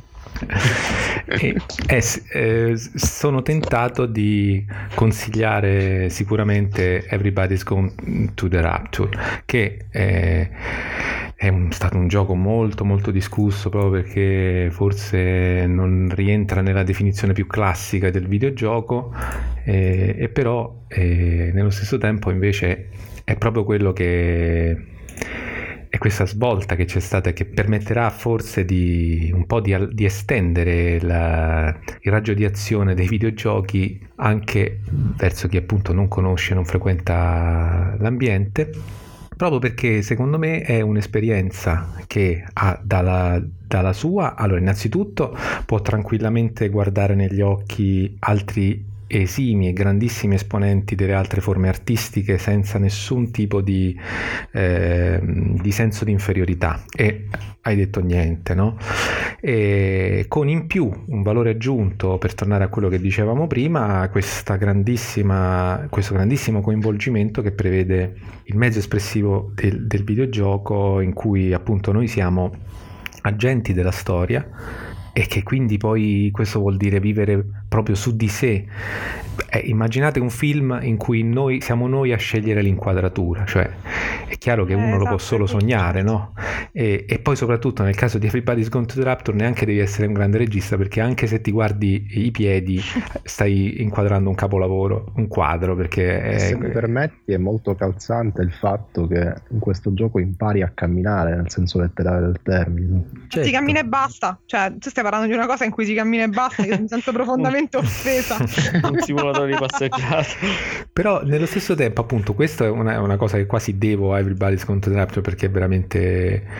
E, eh, eh, sono tentato di consigliare sicuramente Everybody's Gone to the Rapture, che è, è un, stato un gioco molto molto discusso, proprio perché forse non rientra nella definizione più classica del videogioco, eh, e però eh, nello stesso tempo invece è proprio quello che è questa svolta che c'è stata e che permetterà forse di un po' di, di estendere la, il raggio di azione dei videogiochi anche verso chi appunto non conosce, non frequenta l'ambiente, proprio perché secondo me è un'esperienza che ha dalla, dalla sua, allora innanzitutto può tranquillamente guardare negli occhi altri esimi e grandissimi esponenti delle altre forme artistiche senza nessun tipo di, eh, di senso di inferiorità, e hai detto niente, no? E con in più un valore aggiunto, per tornare a quello che dicevamo prima, questa grandissima, questo grandissimo coinvolgimento che prevede il mezzo espressivo del, del videogioco, in cui appunto noi siamo agenti della storia, e che quindi poi questo vuol dire vivere proprio su di sé. Eh, immaginate un film in cui noi siamo noi a scegliere l'inquadratura, cioè è chiaro che uno eh, esatto, lo può solo sognare, no? E, e poi soprattutto nel caso di Everybody's Gone to the Rapture neanche devi essere un grande regista, perché anche se ti guardi i piedi stai inquadrando un capolavoro, un quadro, perché è... Se mi permetti, è molto calzante il fatto che in questo gioco impari a camminare nel senso letterale del termine. Certo. Si cammina e basta, cioè tu stai parlando di una cosa in cui si cammina e basta, io mi sento profondamente offesa. Un simulatore di passeggiata. Però nello stesso tempo appunto questa è una, una cosa che quasi devo a Everybody's Gone to the Rapture, perché è veramente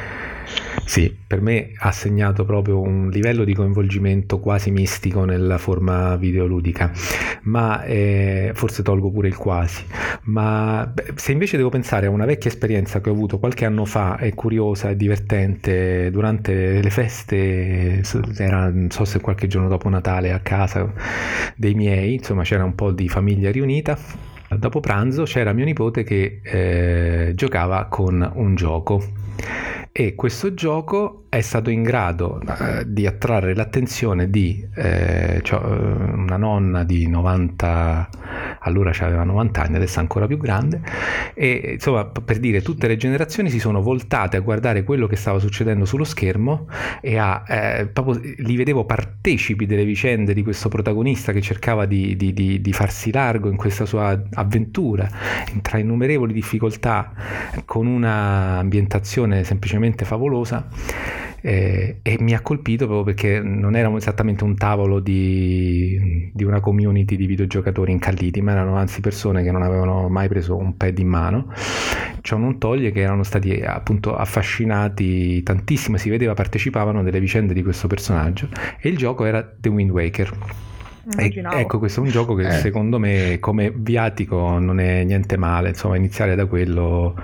Sì, per me ha segnato proprio un livello di coinvolgimento quasi mistico nella forma videoludica, ma eh, forse tolgo pure il quasi, ma beh, se invece devo pensare a una vecchia esperienza che ho avuto qualche anno fa, è curiosa e divertente, durante le feste, era non so se qualche giorno dopo Natale a casa dei miei, insomma c'era un po' di famiglia riunita. Dopo pranzo c'era mio nipote che eh, giocava con un gioco e questo gioco è stato in grado eh, di attrarre l'attenzione di eh, cioè, una nonna di novanta, allora aveva novanta anni, adesso è ancora più grande, e insomma, per dire, tutte le generazioni si sono voltate a guardare quello che stava succedendo sullo schermo e a, eh, proprio li vedevo partecipi delle vicende di questo protagonista che cercava di, di, di, di farsi largo in questa sua avventura tra innumerevoli difficoltà, con una ambientazione semplicemente favolosa. Eh, e mi ha colpito proprio perché non era esattamente un tavolo di, di una community di videogiocatori incalliti, ma erano anzi persone che non avevano mai preso un pad in mano. Ciò non toglie che erano stati appunto affascinati tantissimo, si vedeva partecipavano delle vicende di questo personaggio, e il gioco era The Wind Waker. E, ecco, questo è un gioco che eh. secondo me come viatico non è niente male, insomma iniziare da quello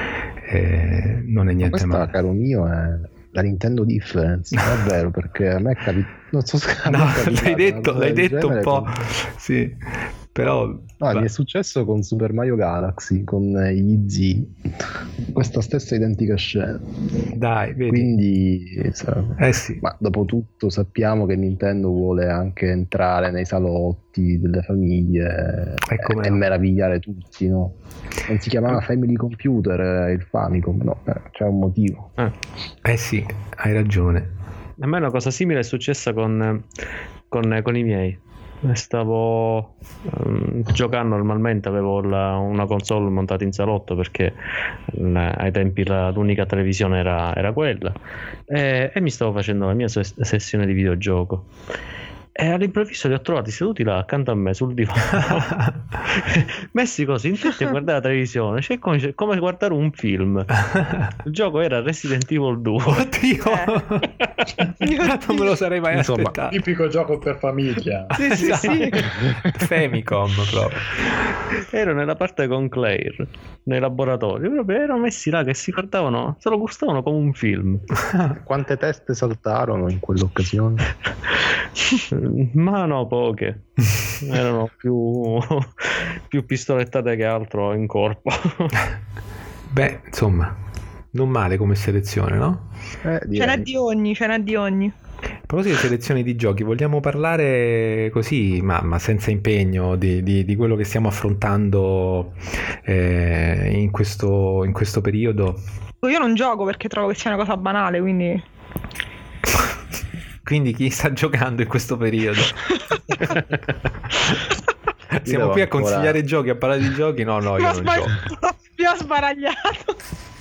eh, non è niente questa, male. Caro mio, è la Nintendo Difference, è vero, perché a me è capitato, non so se no, l'hai detto, l'hai detto un po', con... sì, però no, mi è successo con Super Mario Galaxy, con gli Z, questa stessa identica scena. Dai, vedi. Quindi eh sì. Ma dopo tutto sappiamo che Nintendo vuole anche entrare nei salotti delle famiglie e, e meravigliare tutti, no? Non si chiamava Family Computer il Famicom, no, eh, c'è un motivo. Eh. eh sì, hai ragione. A me una cosa simile è successa con, con, con i miei. Stavo um, giocando normalmente, avevo la, una console montata in salotto perché l, ai tempi la, l'unica televisione era, era quella, e, e mi stavo facendo la mia ses- sessione di videogioco. E all'improvviso li ho trovati seduti là accanto a me sul divano, messi così intenti a guardare la televisione, cioè come, come guardare un film. Il gioco era Resident Evil due. Oddio, eh. non me lo sarei mai Insomma, aspettato. Tipico gioco per famiglia. Sì, sì, sì. Famicom proprio. Ero nella parte con Claire nei laboratori, proprio erano messi là che si guardavano, se lo gustavano come un film. Quante teste saltarono in quell'occasione? Ma no, poche. Erano più più pistolettate che altro in corpo. Beh, insomma, non male come selezione, no? Eh, ce n'è di ogni, ce n'è di ogni. A proposito di selezioni di giochi, vogliamo parlare così, ma, ma senza impegno, di, di, di quello che stiamo affrontando eh, in, questo, in questo periodo? Io non gioco perché trovo che sia una cosa banale, quindi... Quindi chi sta giocando in questo periodo? Siamo qui a consigliare ancora... giochi, a parlare di giochi? No, no, io non sbag... gioco. Mi ho sbaragliato.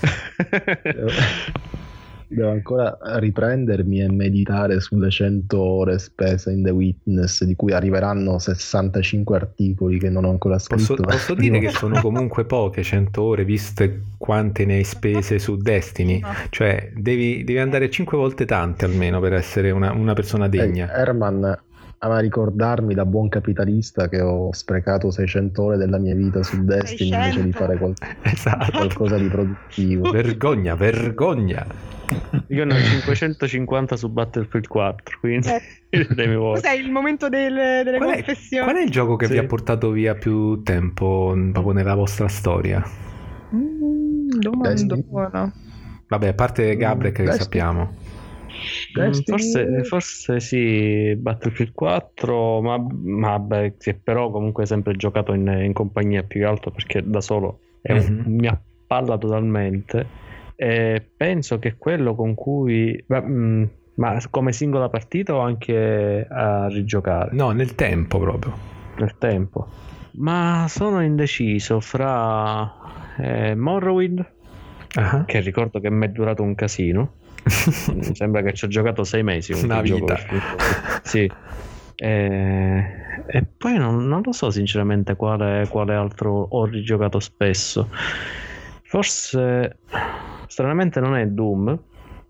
Devo ancora riprendermi e meditare sulle cento ore spese in The Witness, di cui arriveranno sessantacinque articoli che non ho ancora scritto. Posso, posso dire che sono comunque poche cento ore, viste quante ne hai spese su Destiny? Cioè devi, devi andare cinque volte tante almeno per essere una, una persona degna. Hey, Herman ama ricordarmi da buon capitalista che ho sprecato seicento ore della mia vita su Destiny seicento invece di fare qual- esatto. qualcosa di produttivo. Vergogna, vergogna. Io ne ho cinquecentocinquanta su Battlefield quattro, quindi eh. Cos'è il momento del, delle qual confessioni? È, qual è il gioco che sì. vi ha portato via più tempo proprio nella vostra storia? Mm, domandona. Vabbè, a parte Gabriel che Destiny. sappiamo. Forse, forse sì, Battlefield quattro, ma, ma beh, che però comunque sempre giocato in, in compagnia più che altro perché da solo è un, mm-hmm. mi appalla totalmente. E penso che quello con cui ma, mh, ma come singola partita o anche a rigiocare? No, nel tempo proprio. Nel tempo. Ma sono indeciso fra eh, Morrowind, uh-huh. che ricordo che mi è durato un casino. Mi sembra che ci ho giocato sei mesi. Una vita. Sì. E, e poi non, non lo so sinceramente quale, quale altro ho rigiocato spesso. Forse stranamente non è Doom,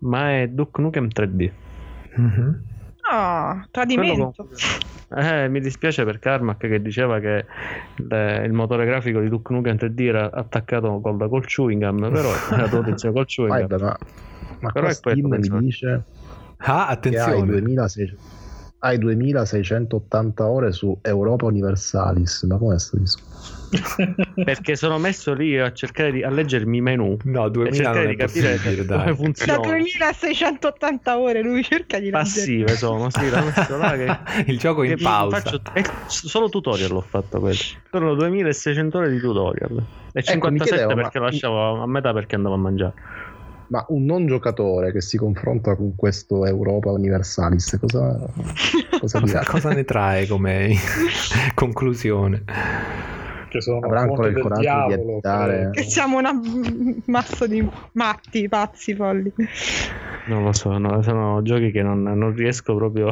ma è Duke Nukem tre D. Mm-hmm. Ah, tradimento. Con... Eh, mi dispiace per Carmack che diceva che le, il motore grafico di Duke Nukem tre D era attaccato col, col chewing gum, però era tutto col chewing gum. Ma, ma però qua Steam mi dice ah, attenzione, che hai duemilaseicento hai duemilaseicentottanta ore su Europa Universalis. Ma come sto disco? Perché sono messo lì a cercare di a leggermi i menu, no, duemila e cercare non di è capire possibile, come dai. funziona. Da duemilaseicentottanta ore lui cerca di leggere. Passive sono, sì, l'ho messo là che il gioco in che pausa. Faccio, eh, solo tutorial l'ho fatto quello. Sono duemilaseicento ore di tutorial e cinquantasette ecco, chiedevo, perché ma... lasciavo a metà perché andavo a mangiare. Ma un non giocatore che si confronta con questo Europa Universalis, cosa, cosa, cosa, cosa ne trae come conclusione? Che sono avrà ancora il coraggio diavolo, di editare... Che siamo una massa di matti, pazzi, folli. Non lo so, no, sono giochi che non, non riesco proprio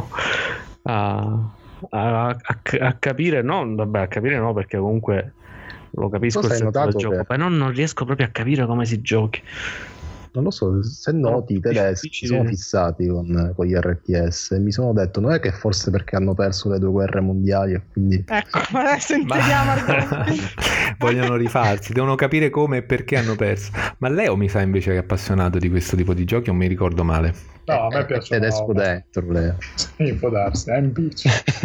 a, a, a, a capire. No, vabbè, a capire no, perché comunque lo capisco il senso del gioco, che... però non riesco proprio a capire come si giochi. Non lo so, se noti, i tedeschi si sono fissati con, con gli R T S e mi sono detto non è che forse perché hanno perso le due guerre mondiali e quindi... Ecco, adesso integriamo argomenti. Vogliono rifarsi, devono capire come e perché hanno perso. Ma Leo mi sa invece che è appassionato di questo tipo di giochi, o mi ricordo male? No, a me piace. Ed è dentro Leo. Sì, può darsi, è un pitch.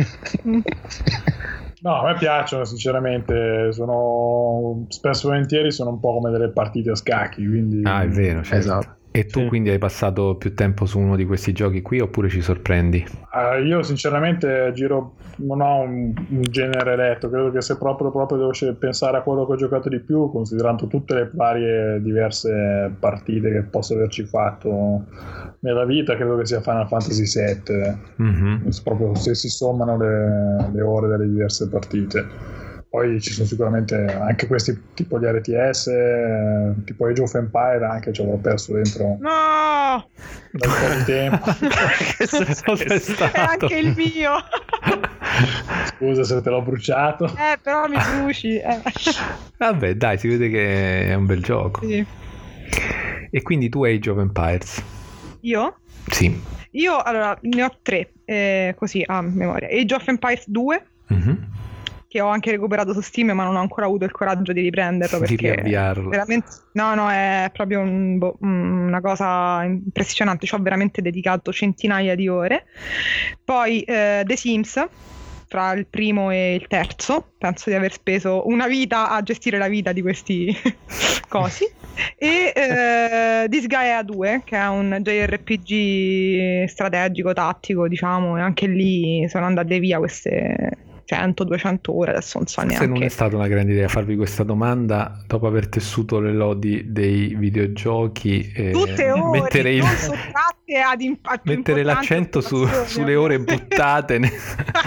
No, a me piacciono sinceramente, sono spesso e volentieri sono un po' come delle partite a scacchi, quindi... Ah, è vero, certo. Esatto. E tu sì. quindi hai passato più tempo su uno di questi giochi qui oppure ci sorprendi? Uh, io sinceramente giro, non ho un, un genere eletto, credo che se proprio, proprio devo pensare a quello che ho giocato di più, considerando tutte le varie diverse partite che posso averci fatto nella vita, credo che sia Final Fantasy sette, mm-hmm. proprio se si sommano le, le ore delle diverse partite. Poi ci sono sicuramente anche questi tipo gli R T S, tipo Age of Empire, anche ci avevo perso dentro no! da un po' di tempo. Che è è anche il mio. Scusa se te l'ho bruciato. Eh, però mi bruci. Eh. Vabbè, dai, si vede che è un bel gioco. Sì. E quindi tu Age of Empires? Io? Sì. Io, allora, ne ho tre, eh, così a memoria. Age of Empires due. Mm-hmm. Che ho anche recuperato su Steam, ma non ho ancora avuto il coraggio di riprenderlo di perché riavviarlo. Veramente, no no è proprio un, boh, una cosa impressionante. Ci ho veramente dedicato centinaia di ore. Poi eh, The Sims, tra il primo e il terzo, penso di aver speso una vita a gestire la vita di questi cosi. E eh, Disgaea due, che è un J R P G strategico tattico, diciamo, e anche lì sono andate via queste cento duecento ore, adesso non so neanche. Se non è stata una grande idea farvi questa domanda dopo aver tessuto le lodi dei videogiochi, eh, tutte ore mettere, il... ad imp- mettere l'accento su, sulle ore buttate ne...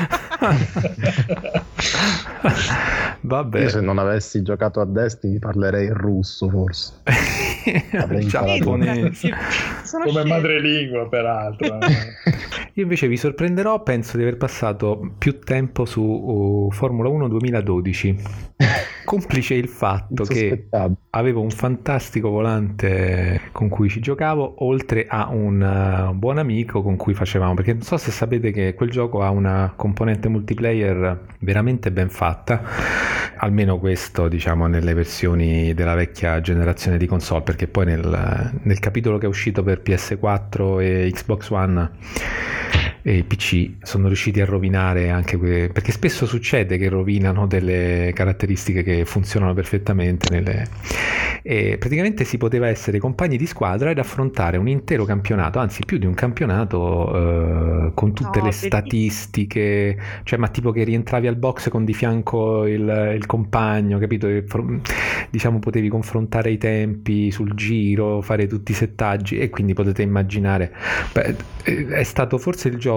Vabbè. Io se non avessi giocato a Destiny parlerei in russo forse. Giapponese. Come madrelingua peraltro. Io invece vi sorprenderò, penso di aver passato più tempo su uh, Formula uno duemiladodici, complice il fatto che avevo un fantastico volante con cui ci giocavo, oltre a un uh, buon amico con cui facevamo, perché non so se sapete che quel gioco ha una componente multiplayer veramente ben fatta, almeno questo diciamo nelle versioni della vecchia generazione di console, perché poi nel, nel capitolo che è uscito per P S quattro e Xbox One e P C sono riusciti a rovinare anche que- perché spesso succede che rovinano delle caratteristiche che funzionano perfettamente nelle... e praticamente si poteva essere compagni di squadra ed affrontare un intero campionato, anzi più di un campionato, eh, con tutte no, le statistiche, cioè ma tipo che rientravi al box con di fianco il, il compagno, capito? E, diciamo potevi confrontare i tempi sul giro, fare tutti i settaggi, e quindi potete immaginare, beh, è stato forse il gioco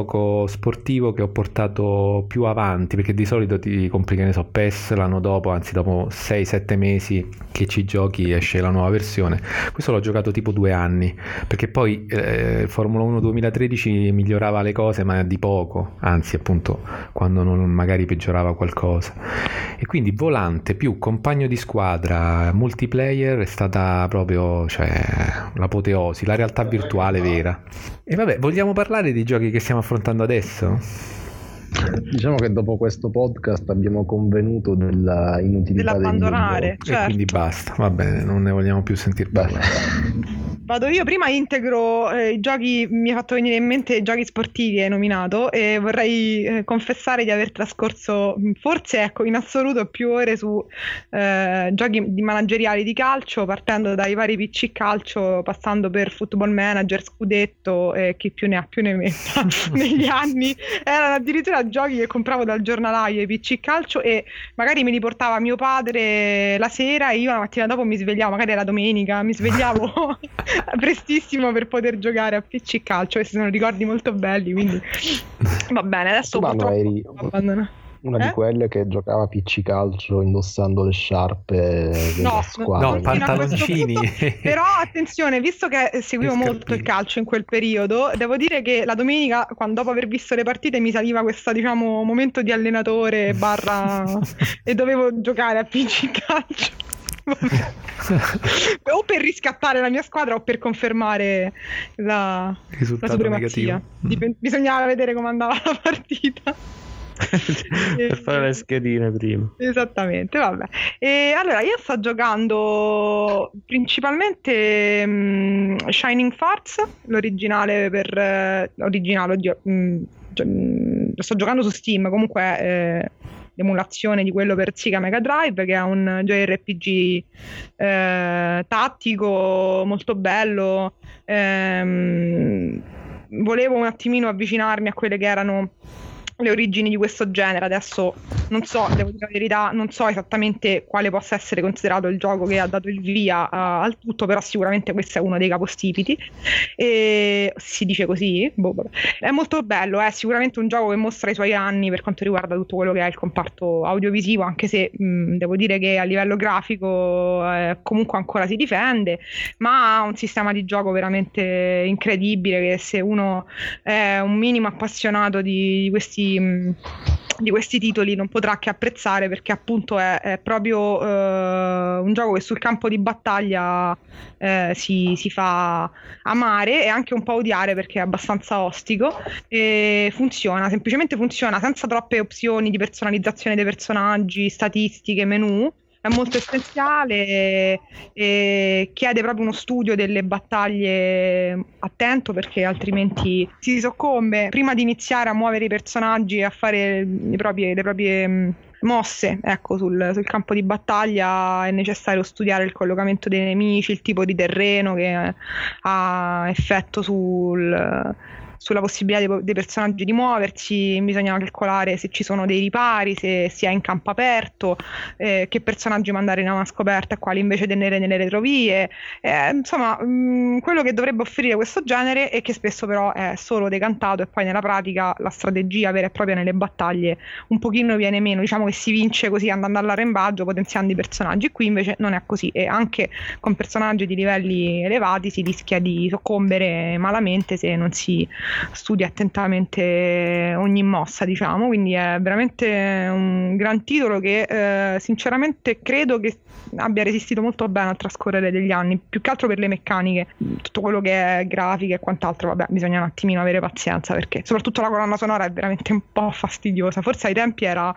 gioco sportivo che ho portato più avanti, perché di solito ti compri, che ne so, P E S l'anno dopo, anzi dopo sei sette mesi che ci giochi esce la nuova versione. Questo l'ho giocato tipo due anni, perché poi eh, Formula uno duemilatredici migliorava le cose ma di poco, anzi appunto quando non magari peggiorava qualcosa, e quindi Volante più compagno di squadra multiplayer è stata proprio, cioè, l'apoteosi, la realtà virtuale vera. E vabbè, vogliamo parlare dei giochi che stiamo affrontando adesso? Diciamo che dopo questo podcast abbiamo convenuto della inutilità dell'abbandonare, certo. E quindi basta, va bene, non ne vogliamo più sentir parlare. Vado io, prima integro eh, i giochi, mi ha fatto venire in mente i giochi sportivi hai nominato, e vorrei eh, confessare di aver trascorso forse, ecco, in assoluto più ore su eh, giochi di manageriali di calcio, partendo dai vari P C calcio, passando per Football Manager, Scudetto e chi più ne ha più ne metta negli anni. Erano addirittura giochi che compravo dal giornalaio, i P C calcio, e magari me li portava mio padre la sera e io la mattina dopo mi svegliavo, magari era domenica, mi svegliavo prestissimo per poter giocare a P C calcio. Questi sono ricordi molto belli, quindi va bene. Adesso tu purtroppo eri una eh? di quelle che giocava a P C calcio indossando le sciarpe della no, squadra. No, pantaloncini. Però attenzione, visto che seguivo molto il calcio in quel periodo, devo dire che la domenica, quando dopo aver visto le partite, mi saliva questo, diciamo, momento di allenatore barra e dovevo giocare a P C calcio. O per riscattare la mia squadra o per confermare la, la supremazia. Dip- bisognava vedere come andava la partita. Per fare le schedine prima. Esattamente, vabbè. E allora io sto giocando principalmente mh, Shining Force, l'originale per eh, originale, oddio, mh, cioè, mh, lo sto giocando su Steam, comunque eh, l'emulazione di quello per Sega Mega Drive, che è un J R P G eh, tattico molto bello. Ehm, volevo un attimino avvicinarmi a quelle che erano le origini di questo genere. Adesso non so, devo dire la verità, non so esattamente quale possa essere considerato il gioco che ha dato il via uh, al tutto, però sicuramente questo è uno dei capostipiti, e si dice così, boh, è molto bello, è sicuramente un gioco che mostra i suoi anni per quanto riguarda tutto quello che è il comparto audiovisivo, anche se mh, devo dire che a livello grafico eh, comunque ancora si difende, ma ha un sistema di gioco veramente incredibile, che se uno è un minimo appassionato di, di questi di questi titoli non potrà che apprezzare, perché appunto è, è proprio eh, un gioco che sul campo di battaglia eh, si, si fa amare e anche un po' odiare, perché è abbastanza ostico, e funziona, semplicemente funziona senza troppe opzioni di personalizzazione dei personaggi, statistiche, menu. È molto essenziale e chiede proprio uno studio delle battaglie attento, perché altrimenti si soccombe prima di iniziare a muovere i personaggi e a fare le proprie, le proprie mosse, ecco, sul, sul campo di battaglia. È necessario studiare il collocamento dei nemici, il tipo di terreno che ha effetto sul sulla possibilità dei, dei personaggi di muoversi. Bisogna calcolare se ci sono dei ripari, se si è in campo aperto, eh, che personaggi mandare in una scoperta e quali invece tenere nelle retrovie, eh, insomma mh, quello che dovrebbe offrire questo genere, e che spesso però è solo decantato, e poi nella pratica la strategia vera e propria nelle battaglie un pochino viene meno. Diciamo che si vince così, andando all'arrembaggio, potenziando i personaggi. Qui invece non è così, e anche con personaggi di livelli elevati si rischia di soccombere malamente se non si studia attentamente ogni mossa, diciamo. Quindi è veramente un gran titolo che eh, sinceramente credo che abbia resistito molto bene al trascorrere degli anni, più che altro per le meccaniche. Tutto quello che è grafica e quant'altro, vabbè, bisogna un attimino avere pazienza, perché soprattutto la colonna sonora è veramente un po' fastidiosa. Forse ai tempi era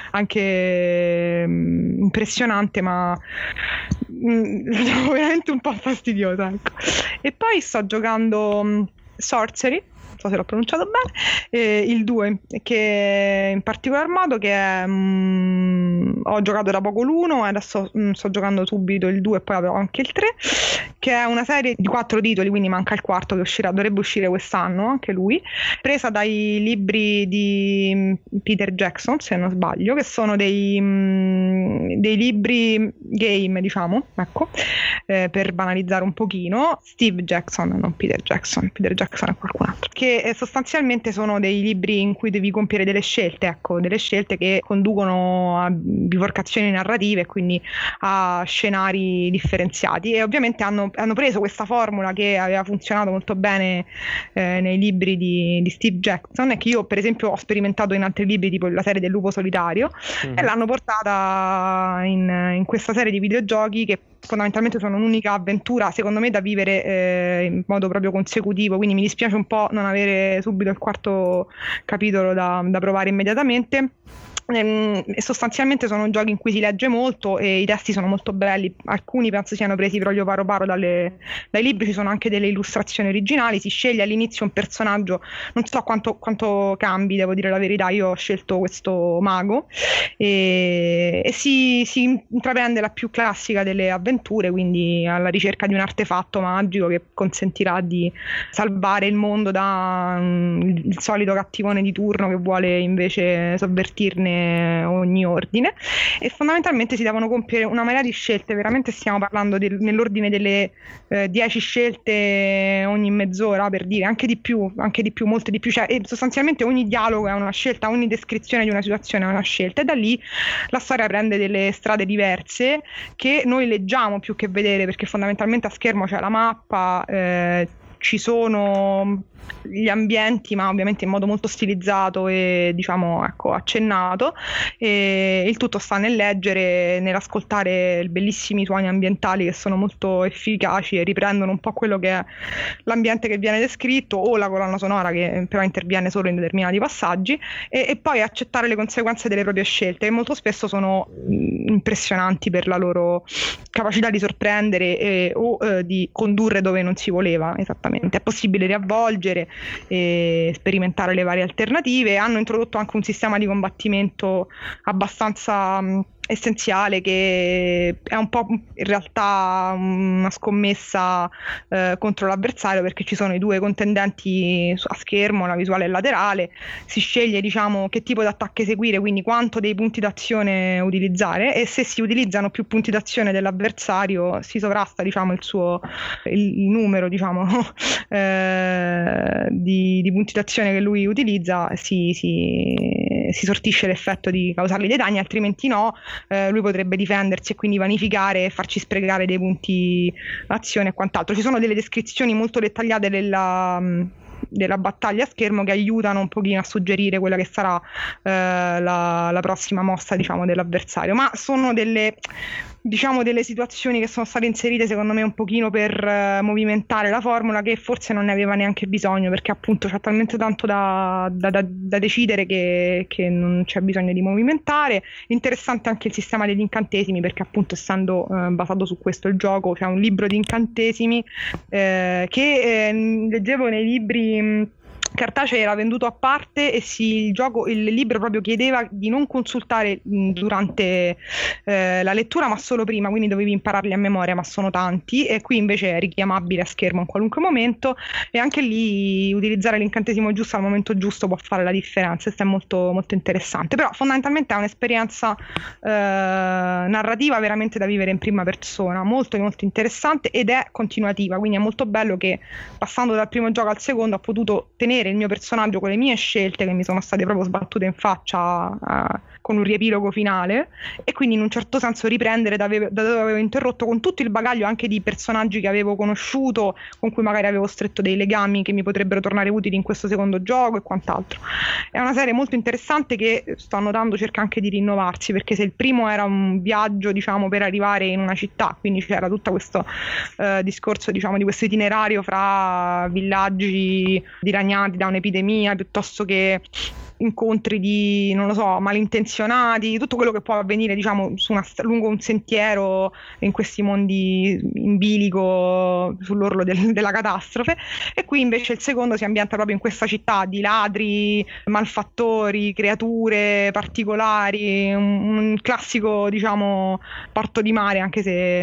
anche mh, impressionante, ma mh, la trovo veramente un po' fastidiosa, ecco. E poi sto giocando mh, Sorcery, non so se l'ho pronunciato bene, eh, il due, che in particolar modo che è, mh, ho giocato da poco l'uno e adesso mh, sto giocando subito il due e poi avrò anche il tre, che è una serie di quattro titoli, quindi manca il quarto che uscirà, dovrebbe uscire quest'anno anche lui, presa dai libri di Peter Jackson, se non sbaglio, che sono dei, mh, dei libri game, diciamo, ecco, eh, per banalizzare un pochino. Steve Jackson, non Peter Jackson, Peter Jackson è qualcun altro, che e eh, sostanzialmente sono dei libri in cui devi compiere delle scelte, ecco, delle scelte che conducono a biforcazioni narrative, quindi a scenari differenziati, e ovviamente hanno, hanno preso questa formula che aveva funzionato molto bene eh, nei libri di, di Steve Jackson, e che io per esempio ho sperimentato in altri libri tipo la serie del Lupo Solitario, mm. e l'hanno portata in, in questa serie di videogiochi che fondamentalmente sono un'unica avventura secondo me da vivere eh, in modo proprio consecutivo, quindi mi dispiace un po' non avere subito il quarto capitolo da, da provare immediatamente. E sostanzialmente sono giochi in cui si legge molto e i testi sono molto belli, alcuni penso siano presi proprio paro paro dalle, dai libri, ci sono anche delle illustrazioni originali, si sceglie all'inizio un personaggio, non so quanto, quanto cambi, devo dire la verità, io ho scelto questo mago e, e si, si intraprende la più classica delle avventure, quindi alla ricerca di un artefatto magico che consentirà di salvare il mondo da um, il solito cattivone di turno che vuole invece sovvertirne ogni ordine, e fondamentalmente si devono compiere una marea di scelte, veramente stiamo parlando del, nell'ordine delle eh, dieci scelte ogni mezz'ora, per dire, anche di più, anche di più, molte di più, cioè, e sostanzialmente ogni dialogo è una scelta, ogni descrizione di una situazione è una scelta, e da lì la storia prende delle strade diverse che noi leggiamo più che vedere, perché fondamentalmente a schermo c'è la mappa, eh, ci sono gli ambienti, ma ovviamente in modo molto stilizzato e diciamo ecco accennato, e il tutto sta nel leggere, nell'ascoltare i bellissimi suoni ambientali che sono molto efficaci e riprendono un po' quello che è l'ambiente che viene descritto, o la colonna sonora che però interviene solo in determinati passaggi, e, e poi accettare le conseguenze delle proprie scelte, che molto spesso sono impressionanti per la loro capacità di sorprendere e, o eh, di condurre dove non si voleva esattamente. È possibile riavvolgere e sperimentare le varie alternative. Hanno introdotto anche un sistema di combattimento abbastanza mh, essenziale, che è un po' in realtà una scommessa eh, contro l'avversario, perché ci sono i due contendenti a schermo, la visuale e laterale, si sceglie diciamo che tipo di attacco eseguire, quindi quanto dei punti d'azione utilizzare, e se si utilizzano più punti d'azione dell'avversario si sovrasta diciamo il suo il, il numero diciamo eh, di, di punti d'azione che lui utilizza, si, si, si sortisce l'effetto di causargli dei danni, altrimenti no. Eh, lui potrebbe difendersi e quindi vanificare e farci sprecare dei punti azione e quant'altro. Ci sono delle descrizioni molto dettagliate della, della battaglia a schermo che aiutano un pochino a suggerire quella che sarà eh, la, la prossima mossa diciamo dell'avversario, ma sono delle diciamo delle situazioni che sono state inserite secondo me un pochino per uh, movimentare la formula, che forse non ne aveva neanche bisogno, perché appunto c'è talmente tanto da, da, da, da decidere che, che non c'è bisogno di movimentare. Interessante anche il sistema degli incantesimi, perché appunto essendo uh, basato su questo il gioco, c'è un libro di incantesimi eh, che eh, leggevo nei libri mh, cartaceo era venduto a parte, e si, il gioco, il libro proprio chiedeva di non consultare mh, durante eh, la lettura, ma solo prima, quindi dovevi impararli a memoria, ma sono tanti, e qui invece è richiamabile a schermo in qualunque momento, e anche lì utilizzare l'incantesimo giusto al momento giusto può fare la differenza. Questo è molto, molto interessante, però fondamentalmente è un'esperienza eh, narrativa veramente da vivere in prima persona, molto molto interessante, ed è continuativa, quindi è molto bello che passando dal primo gioco al secondo ho potuto tenere il mio personaggio con le mie scelte che mi sono state proprio sbattute in faccia uh, con un riepilogo finale, e quindi in un certo senso riprendere da, da dove avevo interrotto, con tutto il bagaglio anche di personaggi che avevo conosciuto, con cui magari avevo stretto dei legami che mi potrebbero tornare utili in questo secondo gioco e quant'altro. È una serie molto interessante che sto notando cerca anche di rinnovarsi, perché se il primo era un viaggio diciamo per arrivare in una città, quindi c'era tutto questo uh, discorso diciamo di questo itinerario fra villaggi dilaniati da un'epidemia, piuttosto che incontri di, non lo so, malintenzionati, tutto quello che può avvenire diciamo su una, lungo un sentiero in questi mondi in bilico sull'orlo del, della catastrofe. E qui invece il secondo si ambienta proprio in questa città di ladri, malfattori, creature particolari, un, un classico diciamo porto di mare, anche se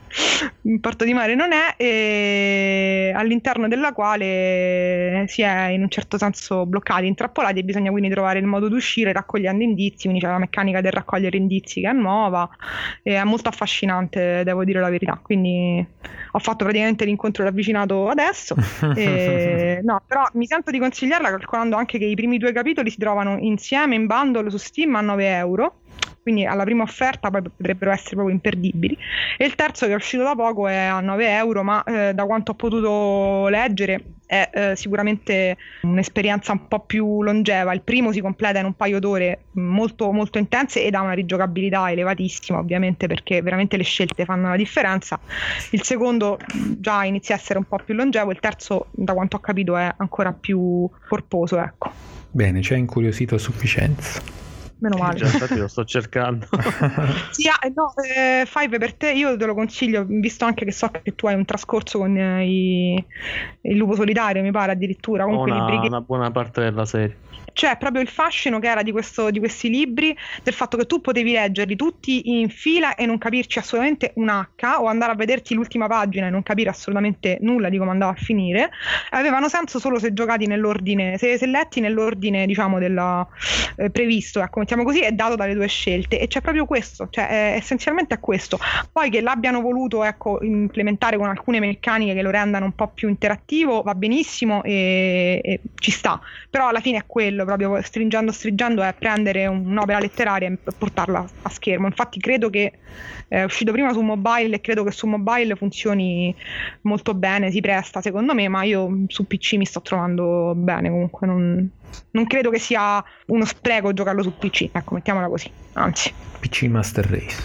un porto di mare non è, e all'interno della quale si è in un certo senso bloccati, intrappolati, e bisogna quindi trovare il modo di uscire raccogliendo indizi. Quindi c'è la meccanica del raccogliere indizi che è nuova e è molto affascinante, devo dire la verità. Quindi ho fatto praticamente l'incontro ravvicinato adesso e, no, però mi sento di consigliarla, calcolando anche che i primi due capitoli si trovano insieme in bundle su Steam a nove euro, quindi alla prima offerta poi potrebbero essere proprio imperdibili, e il terzo, che è uscito da poco, è a nove euro, ma eh, da quanto ho potuto leggere è eh, sicuramente un'esperienza un po' più longeva. Il primo si completa in un paio d'ore molto molto intense ed ha una rigiocabilità elevatissima, ovviamente, perché veramente le scelte fanno la differenza. Il secondo già inizia a essere un po' più longevo, il terzo, da quanto ho capito, è ancora più corposo, ecco. Bene, ci ha incuriosito a sufficienza. Meno male. Già, infatti lo sto cercando. Sì, ah, no, eh, Five, per te io te lo consiglio, visto anche che so che tu hai un trascorso con eh, i, il lupo solitario, mi pare addirittura. Comunque una, libri che... una buona parte della serie. C'è proprio il fascino che era di, questo, di questi libri, del fatto che tu potevi leggerli tutti in fila e non capirci assolutamente un H, o andare a vederti l'ultima pagina e non capire assolutamente nulla di come andava a finire. Avevano senso solo se giocati nell'ordine, se, se letti nell'ordine, diciamo, della, eh, previsto, ecco, mettiamo così, è dato dalle tue scelte, e c'è proprio questo, cioè è, essenzialmente è questo. Poi che l'abbiano voluto, ecco, implementare con alcune meccaniche che lo rendano un po' più interattivo, va benissimo e, e ci sta, però alla fine è quello, proprio stringendo stringendo è prendere un'opera letteraria e portarla a schermo. Infatti credo che è uscito prima su mobile e credo che su mobile funzioni molto bene, si presta secondo me, ma io su P C mi sto trovando bene. Comunque non, non credo che sia uno spreco giocarlo su P C, ecco, mettiamola così, anzi. P C Master Race.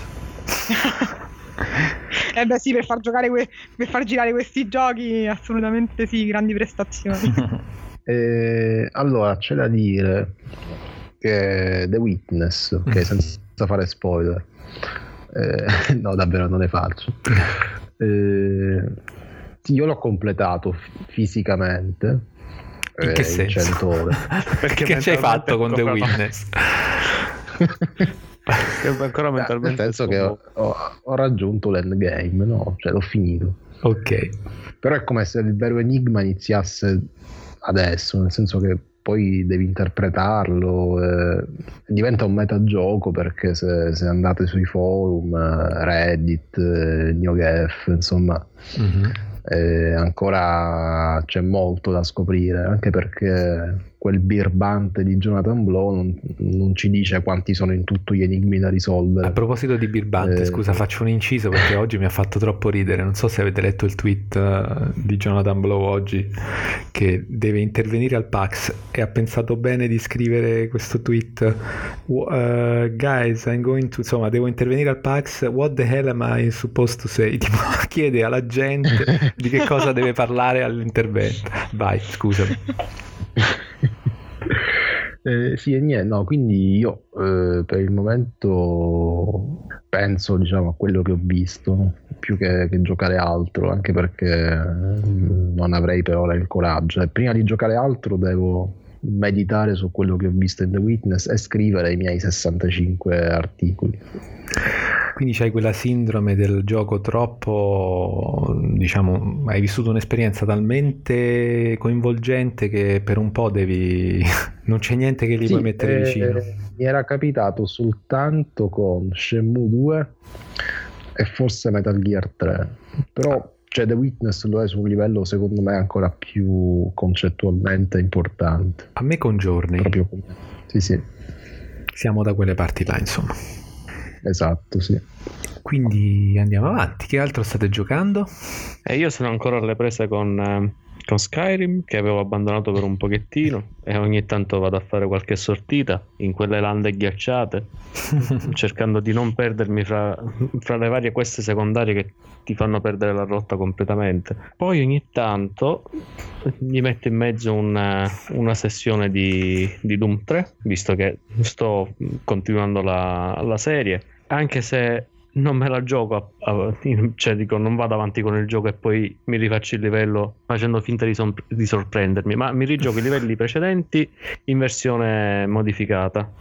Eh beh sì, per far giocare que- per far girare questi giochi assolutamente sì, grandi prestazioni. Eh, allora c'è da dire che The Witness, ok, senza fare spoiler, eh, no davvero non ne faccio, eh, sì, io l'ho completato f- fisicamente in che eh, senso? in cento ore. Perché che ci hai fatto con The Witness? Ancora mentalmente Nel senso che ho, ho, ho raggiunto l'endgame, no? Cioè l'ho finito. Ok. Però è come se il vero enigma iniziasse adesso, nel senso che poi devi interpretarlo, eh, diventa un metagioco, perché se, se andate sui forum, Reddit, eh, NeoGaf, insomma, mm-hmm. eh, ancora c'è molto da scoprire, anche perché quel birbante di Jonathan Blow non, non ci dice quanti sono in tutto gli enigmi da risolvere. A proposito di birbante, eh, scusa, faccio un inciso perché oggi mi ha fatto troppo ridere. Non so se avete letto il tweet uh, di Jonathan Blow oggi, che deve intervenire al PAX e ha pensato bene di scrivere questo tweet: uh, guys, I'm going to, insomma, devo intervenire al PAX, what the hell am I supposed to say? Tipo, chiede alla gente di che cosa deve parlare all'intervento. Vai, scusami. Eh, sì, e niente, no, quindi io eh, per il momento penso, diciamo, a quello che ho visto più che, che giocare altro, anche perché non avrei per ora il coraggio, e prima di giocare altro devo meditare su quello che ho visto in The Witness e scrivere i miei sessantacinque articoli. Quindi c'hai quella sindrome del gioco troppo, diciamo, hai vissuto un'esperienza talmente coinvolgente che per un po' devi, non c'è niente che li sì, puoi mettere eh, vicino. Mi era capitato soltanto con Shenmue due e forse Metal Gear tre, però cioè, The Witness lo è su un livello secondo me ancora più concettualmente importante. A me con Journey. Proprio come... Sì, sì. Siamo da quelle parti là, insomma. Esatto, sì. Quindi andiamo avanti. Che altro state giocando? E io sono ancora alle prese con, eh, con Skyrim, che avevo abbandonato per un pochettino, e ogni tanto vado a fare qualche sortita in quelle lande ghiacciate, cercando di non perdermi fra, fra le varie queste secondarie che ti fanno perdere la rotta completamente. Poi ogni tanto gli metto in mezzo una, una sessione di, di Doom tre, visto che sto continuando la, la serie, anche se non me la gioco a, a, cioè dico, non vado avanti con il gioco e poi mi rifaccio il livello facendo finta di, son, di sorprendermi, ma mi rigioco i livelli precedenti in versione modificata,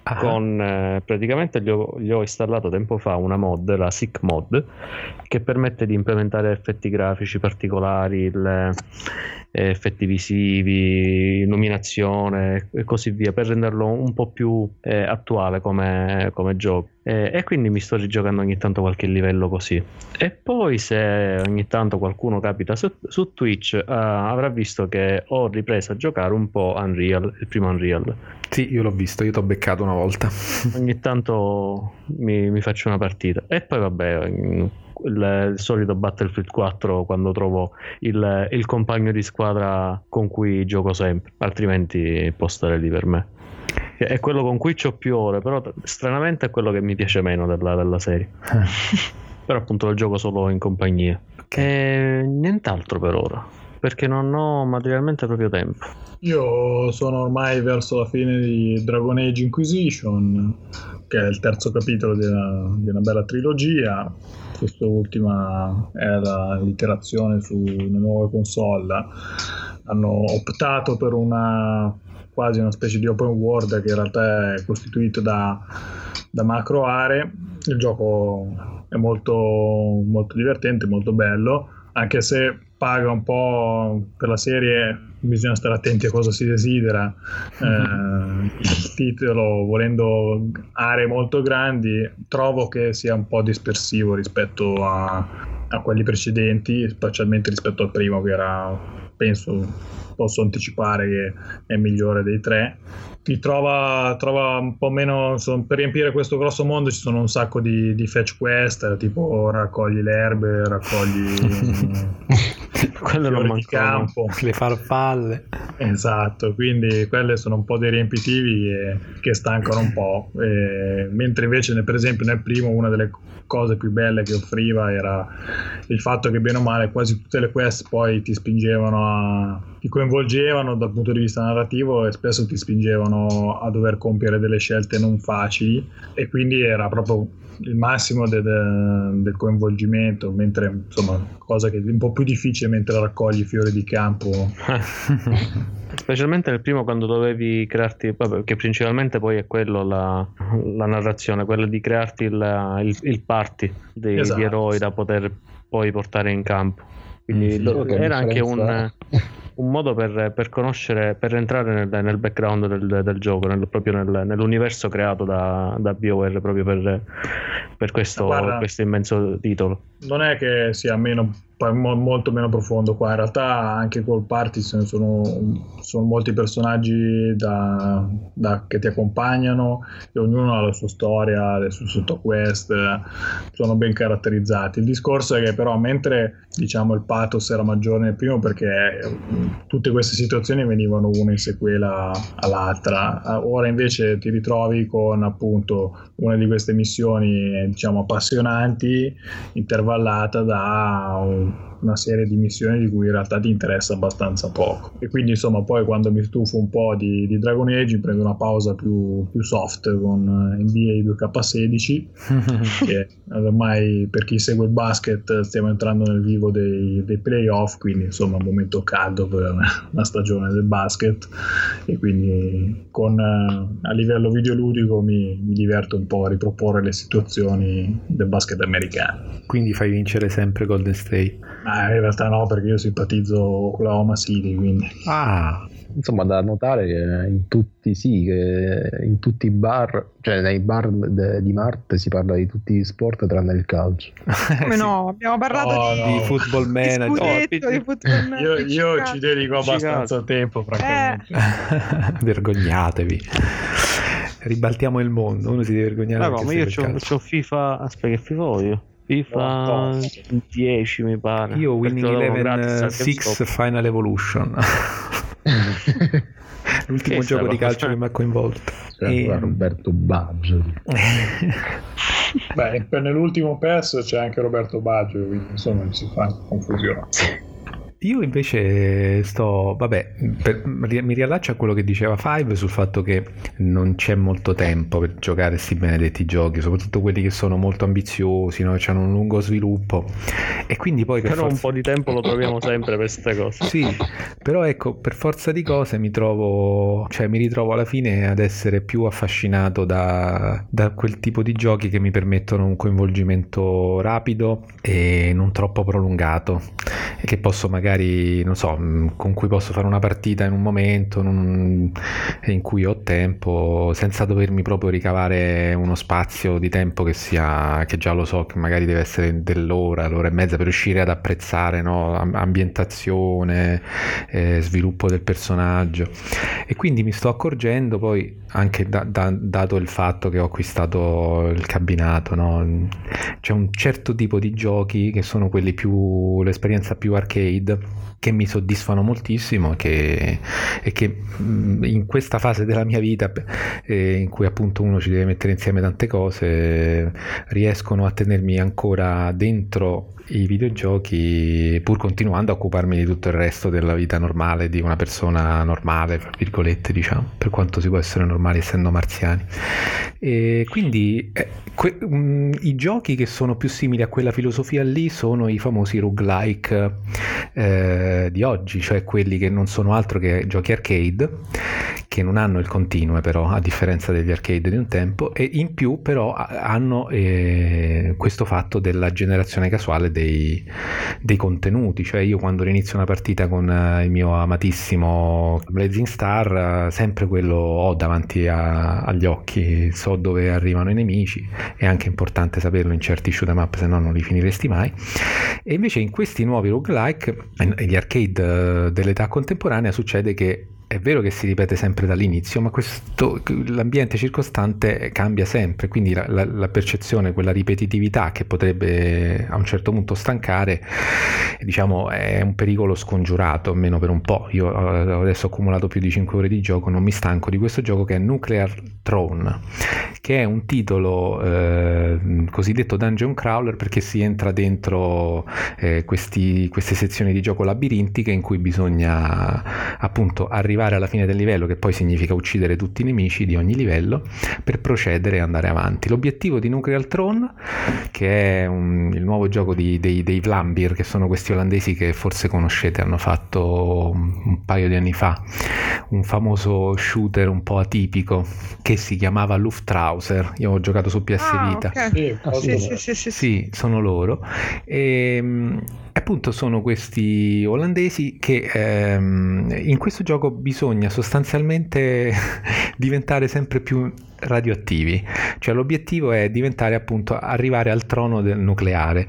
Ah. Con eh, praticamente gli ho, gli ho installato tempo fa una mod, la Sick Mod, che permette di implementare effetti grafici particolari, il, eh, effetti visivi, illuminazione e così via, per renderlo un po' più eh, attuale come, come gioco. Eh, e quindi mi sto rigiocando ogni tanto qualche livello così. E poi se ogni tanto qualcuno capita su, su Twitch uh, avrà visto che ho ripreso a giocare un po' Unreal, il primo Unreal. Sì, io l'ho visto, io ti ho beccato una volta. Ogni tanto mi, mi faccio una partita. E poi vabbè, il, il solito Battlefield quattro quando trovo il, il compagno di squadra con cui gioco sempre, altrimenti può stare lì per me. È quello con cui c'ho più ore, però stranamente è quello che mi piace meno della, della serie. Però appunto lo gioco solo in compagnia. E nient'altro per ora, perché non ho materialmente proprio tempo. Io sono ormai verso la fine di Dragon Age Inquisition, che è il terzo capitolo di una, di una bella trilogia. Quest'ultima è la, l'iterazione sulle nuove console. Hanno optato per una quasi una specie di open world che in realtà è costituito da, da macro aree. Il gioco è molto, molto divertente, molto bello, anche se paga un po' per la serie, bisogna stare attenti a cosa si desidera. Eh, il titolo, volendo aree molto grandi, trovo che sia un po' dispersivo rispetto a, a quelli precedenti, specialmente rispetto al primo, che era, penso, posso anticipare che è migliore dei tre. Mi trova, trova un po' meno, insomma, per riempire questo grosso mondo ci sono un sacco di, di fetch quest, tipo raccogli le erbe, raccogli quello non di campo, le farfalle. Esatto, quindi quelle sono un po' dei riempitivi e, che stancano un po', e, mentre invece per esempio nel primo una delle cose più belle che offriva era il fatto che bene o male quasi tutte le quest poi ti spingevano a, ti coinvolgevano dal punto di vista narrativo e spesso ti spingevano a dover compiere delle scelte non facili, e quindi era proprio il massimo de, de, del coinvolgimento, mentre insomma cosa che è un po' più difficile mentre raccogli fiori di campo. Specialmente nel primo, quando dovevi crearti, vabbè, che principalmente poi è quello la, la narrazione, quella di crearti il, il, il party dei, esatto, di eroi da poter poi portare in campo. Quindi sì, lo, era anche un, un modo per, per conoscere, per entrare nel, nel background del, del gioco, nel, proprio nel, nell'universo creato da, da BioWare proprio per, per questo, Guarda, questo immenso titolo. Non è che sia meno, molto meno profondo qua, in realtà anche col party sono, sono molti personaggi da, da, che ti accompagnano, e ognuno ha la sua storia, le sue sottoquest, sono ben caratterizzati. Il discorso è che però mentre diciamo il pathos era maggiore nel primo, perché tutte queste situazioni venivano una in sequela all'altra, ora invece ti ritrovi con appunto una di queste missioni diciamo appassionanti, intervallata da un una serie di missioni di cui in realtà ti interessa abbastanza poco, e quindi insomma poi quando mi stufo un po' di, di Dragon Age prendo una pausa più, più soft con N B A due K sedici che ormai per chi segue il basket stiamo entrando nel vivo dei, dei playoff, quindi insomma un momento caldo per la stagione del basket, e quindi con a livello videoludico mi, mi diverto un po' a riproporre le situazioni del basket americano. Quindi fai vincere sempre Golden State? Ma in realtà no, perché io simpatizzo Oklahoma City, quindi. Ah, insomma, da notare che in tutti sì, che in tutti i bar, cioè nei bar de, di Marte si parla di tutti gli sport tranne il calcio. Come no? Abbiamo parlato oh, di, no. di football manager. Di scudetto, di football manager. Io, io ci dedico abbastanza ci tempo, francamente. Eh. Vergognatevi. Ribaltiamo il mondo, uno si deve vergognare. No, no, ma io c'ho, c'ho FIFA, aspetta, che FIFA ho io? FIFA dieci mi pare. Io Winning Eleven sei Final Evolution. L'ultimo che gioco di calcio che mi ha coinvolto. E... Roberto Baggio. Beh, nell'ultimo P E S c'è anche Roberto Baggio, quindi insomma si fa confusione. Io invece sto, vabbè, per, mi riallaccio a quello che diceva Five sul fatto che non c'è molto tempo per giocare questi benedetti giochi, soprattutto quelli che sono molto ambiziosi, no? Che hanno un lungo sviluppo e quindi poi per però forza... un po' di tempo lo troviamo sempre per queste cose. Sì, però ecco, per forza di cose mi trovo, cioè mi ritrovo alla fine ad essere più affascinato da, da quel tipo di giochi che mi permettono un coinvolgimento rapido e non troppo prolungato, e che posso magari, non so, con cui posso fare una partita in un momento in, in cui ho tempo, senza dovermi proprio ricavare uno spazio di tempo che sia, che già lo so che magari deve essere dell'ora, l'ora e mezza per riuscire ad apprezzare, no? Ambientazione, eh, sviluppo del personaggio. E quindi mi sto accorgendo poi anche da, da, dato il fatto che ho acquistato il cabinato, no? C'è un certo tipo di giochi che sono quelli più, l'esperienza più arcade, che mi soddisfano moltissimo che, e che in questa fase della mia vita eh, in cui appunto uno ci deve mettere insieme tante cose, riescono a tenermi ancora dentro i videogiochi pur continuando a occuparmi di tutto il resto della vita normale di una persona normale, tra virgolette, diciamo, per quanto si può essere normali essendo marziani. E quindi eh, que- um, i giochi che sono più simili a quella filosofia lì sono i famosi roguelike eh, di oggi, cioè quelli che non sono altro che giochi arcade, che non hanno il continue però, a differenza degli arcade di un tempo, e in più però hanno eh, questo fatto della generazione casuale dei, dei contenuti. Cioè io quando inizio una partita con uh, il mio amatissimo Blazing Star, uh, sempre quello ho davanti a, agli occhi, so dove arrivano i nemici, è anche importante saperlo in certi shoot 'em up, se no non li finiresti mai. E invece in questi nuovi roguelike, gli arcade uh, dell'età contemporanea, succede che è vero che si ripete sempre dall'inizio, ma questo, l'ambiente circostante cambia sempre, quindi la, la, la percezione, quella ripetitività che potrebbe a un certo punto stancare, diciamo, è un pericolo scongiurato, almeno per un po'. Io adesso ho accumulato più di cinque ore di gioco, non mi stanco di questo gioco che è Nuclear Throne, che è un titolo eh, cosiddetto dungeon crawler, perché si entra dentro eh, questi, queste sezioni di gioco labirintiche in cui bisogna appunto arrivare alla fine del livello, che poi significa uccidere tutti i nemici di ogni livello per procedere e andare avanti. L'obiettivo di Nuclear Throne, che è un, il nuovo gioco di, dei, dei Vlambeer, che sono questi olandesi che forse conoscete, hanno fatto un, un paio di anni fa un famoso shooter un po' atipico che si chiamava Luftrauser. Io ho giocato su P S ah, Vita. Okay. Sì, ah, sì, sì, sì, sì. Sì, sono loro. E appunto sono questi olandesi che ehm, in questo gioco bisogna sostanzialmente diventare sempre più radioattivi, cioè l'obiettivo è diventare appunto arrivare al trono del nucleare.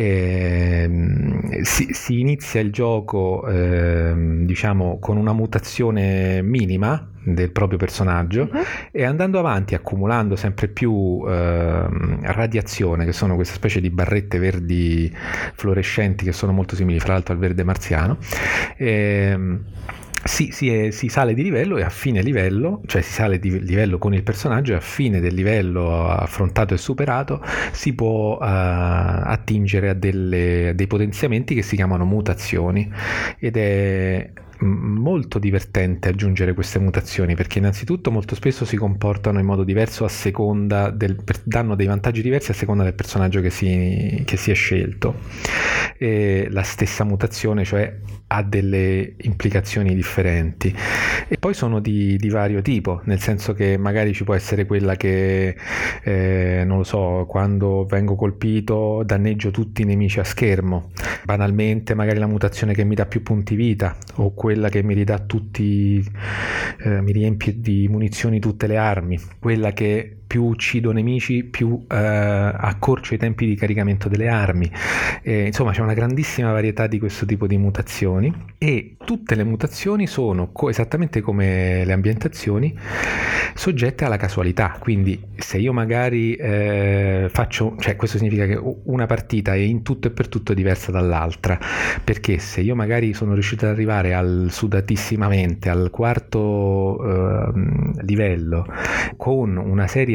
E, si, si inizia il gioco eh, diciamo con una mutazione minima del proprio personaggio, uh-huh. e andando avanti accumulando sempre più eh, radiazione, che sono queste specie di barrette verdi fluorescenti che sono molto simili fra l'altro al verde marziano. E, Si, si, è, si sale di livello e a fine livello, cioè si sale di livello con il personaggio e a fine del livello affrontato e superato si può uh, attingere a, delle, a dei potenziamenti che si chiamano mutazioni, ed è molto divertente aggiungere queste mutazioni, perché innanzitutto molto spesso si comportano in modo diverso a seconda del, danno dei vantaggi diversi a seconda del personaggio che si, che si è scelto. E la stessa mutazione cioè ha delle implicazioni differenti, e poi sono di, di vario tipo, nel senso che magari ci può essere quella che eh, non lo so, quando vengo colpito danneggio tutti i nemici a schermo, banalmente magari la mutazione che mi dà più punti vita, o quella che mi ridà tutti eh, mi riempie di munizioni tutte le armi, quella che più uccido nemici più eh, accorcio i tempi di caricamento delle armi. Eh, insomma c'è una grandissima varietà di questo tipo di mutazioni, e tutte le mutazioni sono co- esattamente come le ambientazioni soggette alla casualità. Quindi se io magari eh, faccio, cioè questo significa che una partita è in tutto e per tutto diversa dall'altra, perché se io magari sono riuscito ad arrivare al sudatissimamente al quarto eh, livello con una serie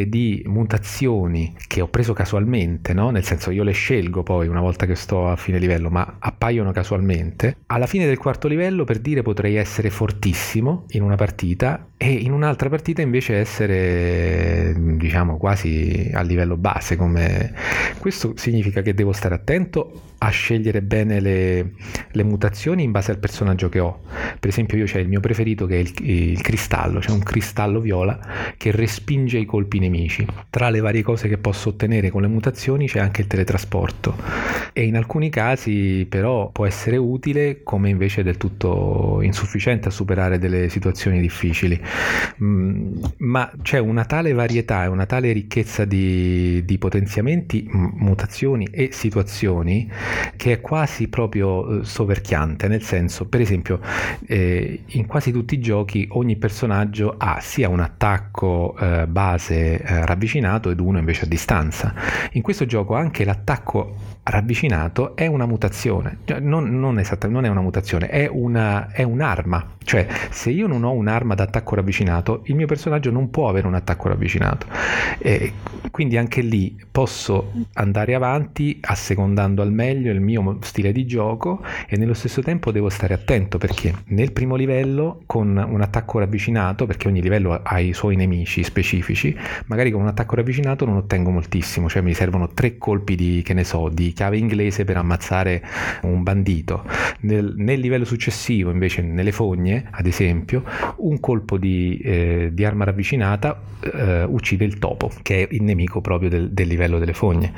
serie di mutazioni che ho preso casualmente, no? Nel senso, io le scelgo poi una volta che sto a fine livello, ma appaiono casualmente. Alla fine del quarto livello, per dire, potrei essere fortissimo in una partita e in un'altra partita invece essere, diciamo, quasi a livello base. Come questo significa che devo stare attento a scegliere bene le, le mutazioni in base al personaggio che ho. Per esempio, io c'è il mio preferito che è il, il cristallo, c'è un cristallo viola che respinge i colpi nemici. Tra le varie cose che posso ottenere con le mutazioni c'è anche il teletrasporto, e in alcuni casi però può essere utile, come invece del tutto insufficiente a superare delle situazioni difficili. Mm, ma c'è una tale varietà e una tale ricchezza di, di potenziamenti, mutazioni e situazioni che è quasi proprio eh, soverchiante, nel senso, per esempio, eh, in quasi tutti i giochi ogni personaggio ha sia un attacco eh, base eh, ravvicinato ed uno invece a distanza. In questo gioco anche l'attacco ravvicinato è una mutazione, non, non, esatta, non è una mutazione, è, una, è un'arma. Cioè, se io non ho un'arma d'attacco ravvicinato, il mio personaggio non può avere un attacco ravvicinato. E quindi anche lì posso andare avanti assecondando al meglio il mio stile di gioco, e nello stesso tempo devo stare attento, perché nel primo livello con un attacco ravvicinato, perché ogni livello ha i suoi nemici specifici, magari con un attacco ravvicinato non ottengo moltissimo, cioè mi servono tre colpi di, che ne so, di chiave inglese per ammazzare un bandito. Nel, nel livello successivo invece, nelle fogne ad esempio, un colpo di, eh, di arma ravvicinata eh, uccide il topo, che è il nemico proprio del, del livello delle fogne.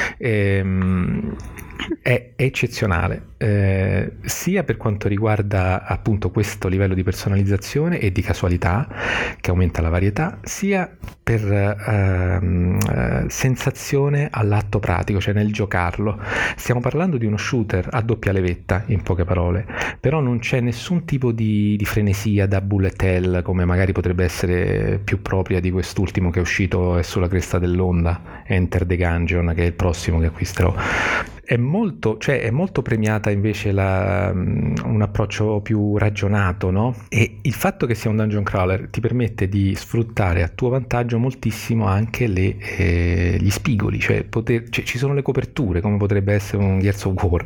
Ehm, è eccezionale, eh, sia per quanto riguarda appunto questo livello di personalizzazione e di casualità che aumenta la varietà, sia per ehm, eh, sensazione all'atto pratico, cioè nel giocarlo. Stiamo parlando di uno shooter a doppia levetta, in poche parole, però non c'è nessun tipo di, di frenesia da bullet hell, come magari potrebbe essere più propria di quest'ultimo che è uscito è sulla cresta dell'onda, Enter the Gungeon, che è il prossimo che acquisterò. È molto, cioè è molto premiata invece la, um, un approccio più ragionato, no? E il fatto che sia un dungeon crawler ti permette di sfruttare a tuo vantaggio moltissimo anche le, eh, gli spigoli, cioè, poter, cioè ci sono le coperture, come potrebbe essere un Gears of War.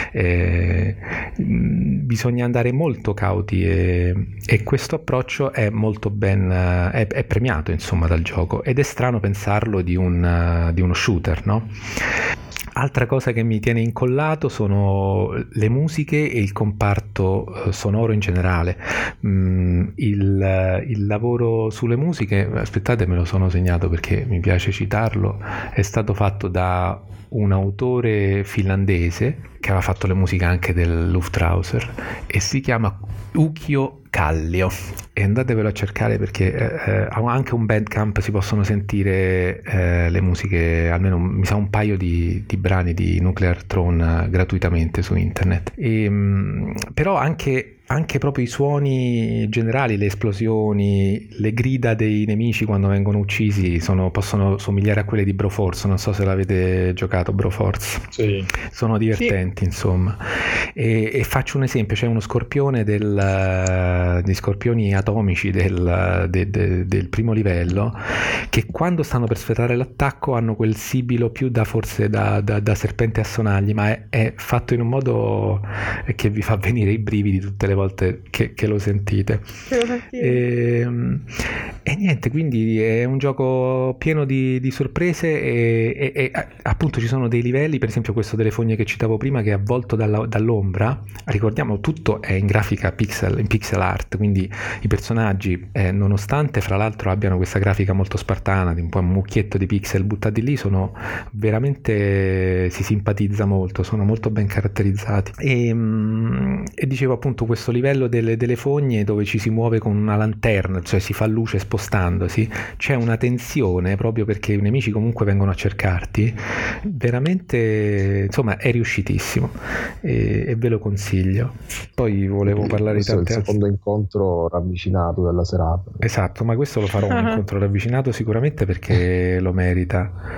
Eh, bisogna andare molto cauti, e, e questo approccio è molto ben è, è premiato insomma dal gioco, ed è strano pensarlo di, un, di uno shooter, no? Altra cosa che mi tiene incollato sono le musiche e il comparto eh, sonoro in generale. Mm, il, il lavoro sulle musiche, aspettate, me lo sono segnato perché mi piace citarlo, è stato fatto da un autore finlandese che aveva fatto le musiche anche del Luftrauser e si chiama Ukio Kallio, e andatevelo a cercare perché eh, anche un Bandcamp si possono sentire eh, le musiche, almeno mi sa un paio di, di brani di Nuclear Throne gratuitamente su internet. E, mh, però anche anche proprio i suoni generali, le esplosioni, le grida dei nemici quando vengono uccisi sono, possono somigliare a quelle di Broforce. Non so se l'avete giocato, Broforce. Sì. Sono divertenti, sì. Insomma. E, e faccio un esempio: c'è uno scorpione del, di scorpioni atomici del, de, de, del primo livello che quando stanno per sferrare l'attacco hanno quel sibilo più da forse da, da, da serpente a sonagli, ma è, è fatto in un modo che vi fa venire i brividi tutte le volte volte che, che lo sentite. E, e niente, quindi è un gioco pieno di, di sorprese e, e, e appunto ci sono dei livelli, per esempio questo delle fogne che citavo prima, che è avvolto dalla, dall'ombra. Ricordiamo, tutto è in grafica pixel, in pixel art, quindi i personaggi eh, nonostante fra l'altro abbiano questa grafica molto spartana di un po' un mucchietto di pixel buttati lì, sono veramente, si simpatizza molto, sono molto ben caratterizzati. E, e dicevo appunto questo livello delle, delle fogne dove ci si muove con una lanterna, cioè si fa luce spostandosi, c'è una tensione proprio perché i nemici comunque vengono a cercarti, veramente insomma è riuscitissimo e, e ve lo consiglio. Poi volevo parlare questo di tante è il secondo incontro ravvicinato della serata. Esatto, ma questo lo farò un incontro ravvicinato sicuramente perché lo merita.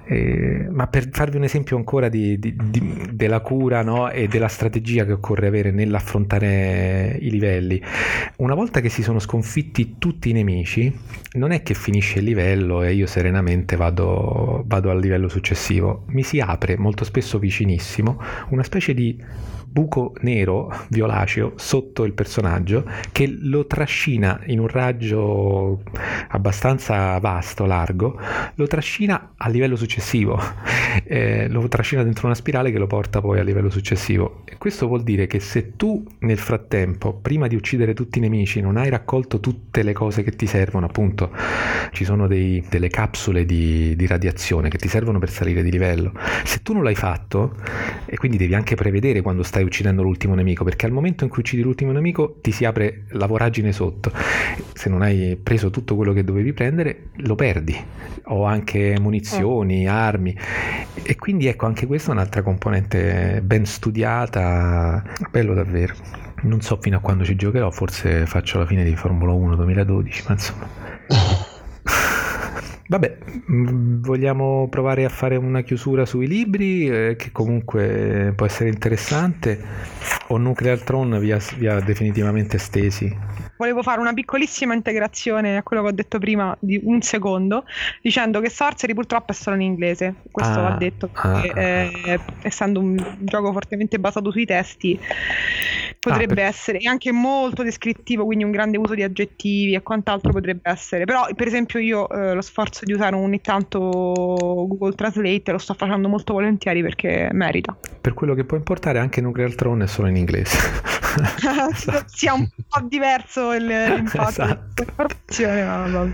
Eh, ma per farvi un esempio ancora di, di, di, della cura, no? E della strategia che occorre avere nell'affrontare i livelli, una volta che si sono sconfitti tutti i nemici, non è che finisce il livello e io serenamente vado, vado al livello successivo. Mi si apre molto spesso vicinissimo una specie di buco nero violaceo sotto il personaggio che lo trascina in un raggio abbastanza vasto, largo, lo trascina al livello successivo, eh, lo trascina dentro una spirale che lo porta poi al livello successivo. E questo vuol dire che se tu nel frattempo, prima di uccidere tutti i nemici, non hai raccolto tutte le cose che ti servono, appunto ci sono dei, delle capsule di, di radiazione che ti servono per salire di livello, se tu non l'hai fatto, e quindi devi anche prevedere quando stai uccidendo l'ultimo nemico, perché al momento in cui uccidi l'ultimo nemico ti si apre la voragine sotto, se non hai preso tutto quello che dovevi prendere lo perdi, o anche munizioni, oh. armi, e quindi ecco, anche questa è un'altra componente ben studiata, bello davvero. Non so fino a quando ci giocherò, forse faccio la fine di Formula uno duemiladodici, ma insomma vabbè, vogliamo provare a fare una chiusura sui libri, eh, che comunque può essere interessante, o Nuclear Throne vi ha, vi ha definitivamente stesi? Volevo fare una piccolissima integrazione a quello che ho detto prima di un secondo, dicendo che Sorcery purtroppo è solo in inglese, questo ah, va detto, perché ah, eh, essendo un gioco fortemente basato sui testi potrebbe ah, per... essere anche molto descrittivo, quindi un grande uso di aggettivi e quant'altro potrebbe essere, però per esempio io eh, lo sforzo di usare ogni tanto Google Translate lo sto facendo molto volentieri perché merita. Per quello che può importare, anche Nuclear Throne è solo in inglese. Sia un po' diverso il, l'impatto esatto. dell'informazione, ma vabbè.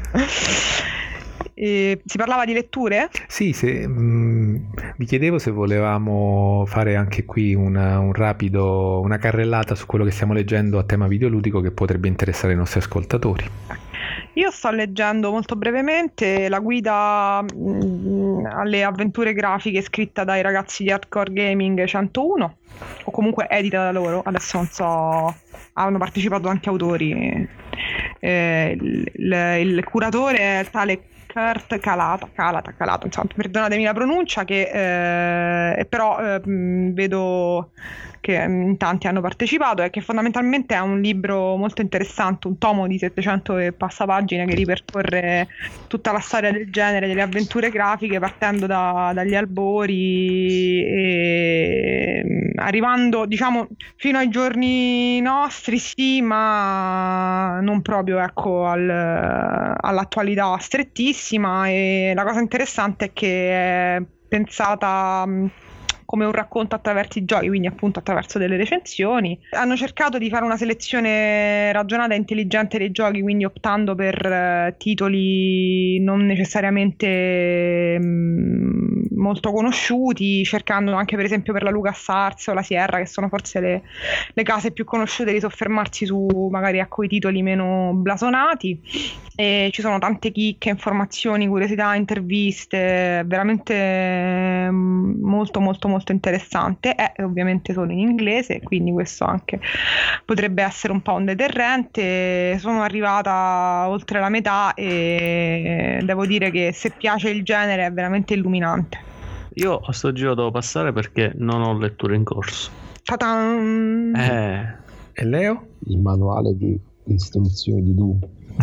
E si parlava di letture? Sì, se, mh, vi chiedevo se volevamo fare anche qui una, un rapido, una carrellata su quello che stiamo leggendo a tema videoludico che potrebbe interessare i nostri ascoltatori. Io sto leggendo molto brevemente la guida mh, alle avventure grafiche scritta dai ragazzi di Hardcore Gaming centouno, o comunque edita da loro, adesso non so, hanno partecipato anche autori. Eh, il, il, il curatore è tale Kurt Calata, Calata, Calata, insomma, perdonatemi la pronuncia, che eh, però eh, vedo che in tanti hanno partecipato, e che fondamentalmente è un libro molto interessante, un tomo di settecento e passa pagine che ripercorre tutta la storia del genere, delle avventure grafiche, partendo da, dagli albori e arrivando, diciamo, fino ai giorni nostri, sì, ma non proprio, ecco, al, all'attualità strettissima. E la cosa interessante è che è pensata come un racconto attraverso i giochi, quindi appunto attraverso delle recensioni. Hanno cercato di fare una selezione ragionata e intelligente dei giochi, quindi optando per uh, titoli non necessariamente um, molto conosciuti, cercando anche per esempio per la LucasArts o la Sierra, che sono forse le, le case più conosciute, di soffermarsi su magari, ecco, i titoli meno blasonati. E ci sono tante chicche, informazioni, curiosità, interviste, veramente molto molto molto interessante. È ovviamente solo in inglese, quindi questo anche potrebbe essere un po' un deterrente. Sono arrivata oltre la metà e devo dire che se piace il genere è veramente illuminante. Io a sto giro devo passare perché non ho letture in corso. Ta-tan! Eh. E Leo? Il manuale di istruzioni di Doom.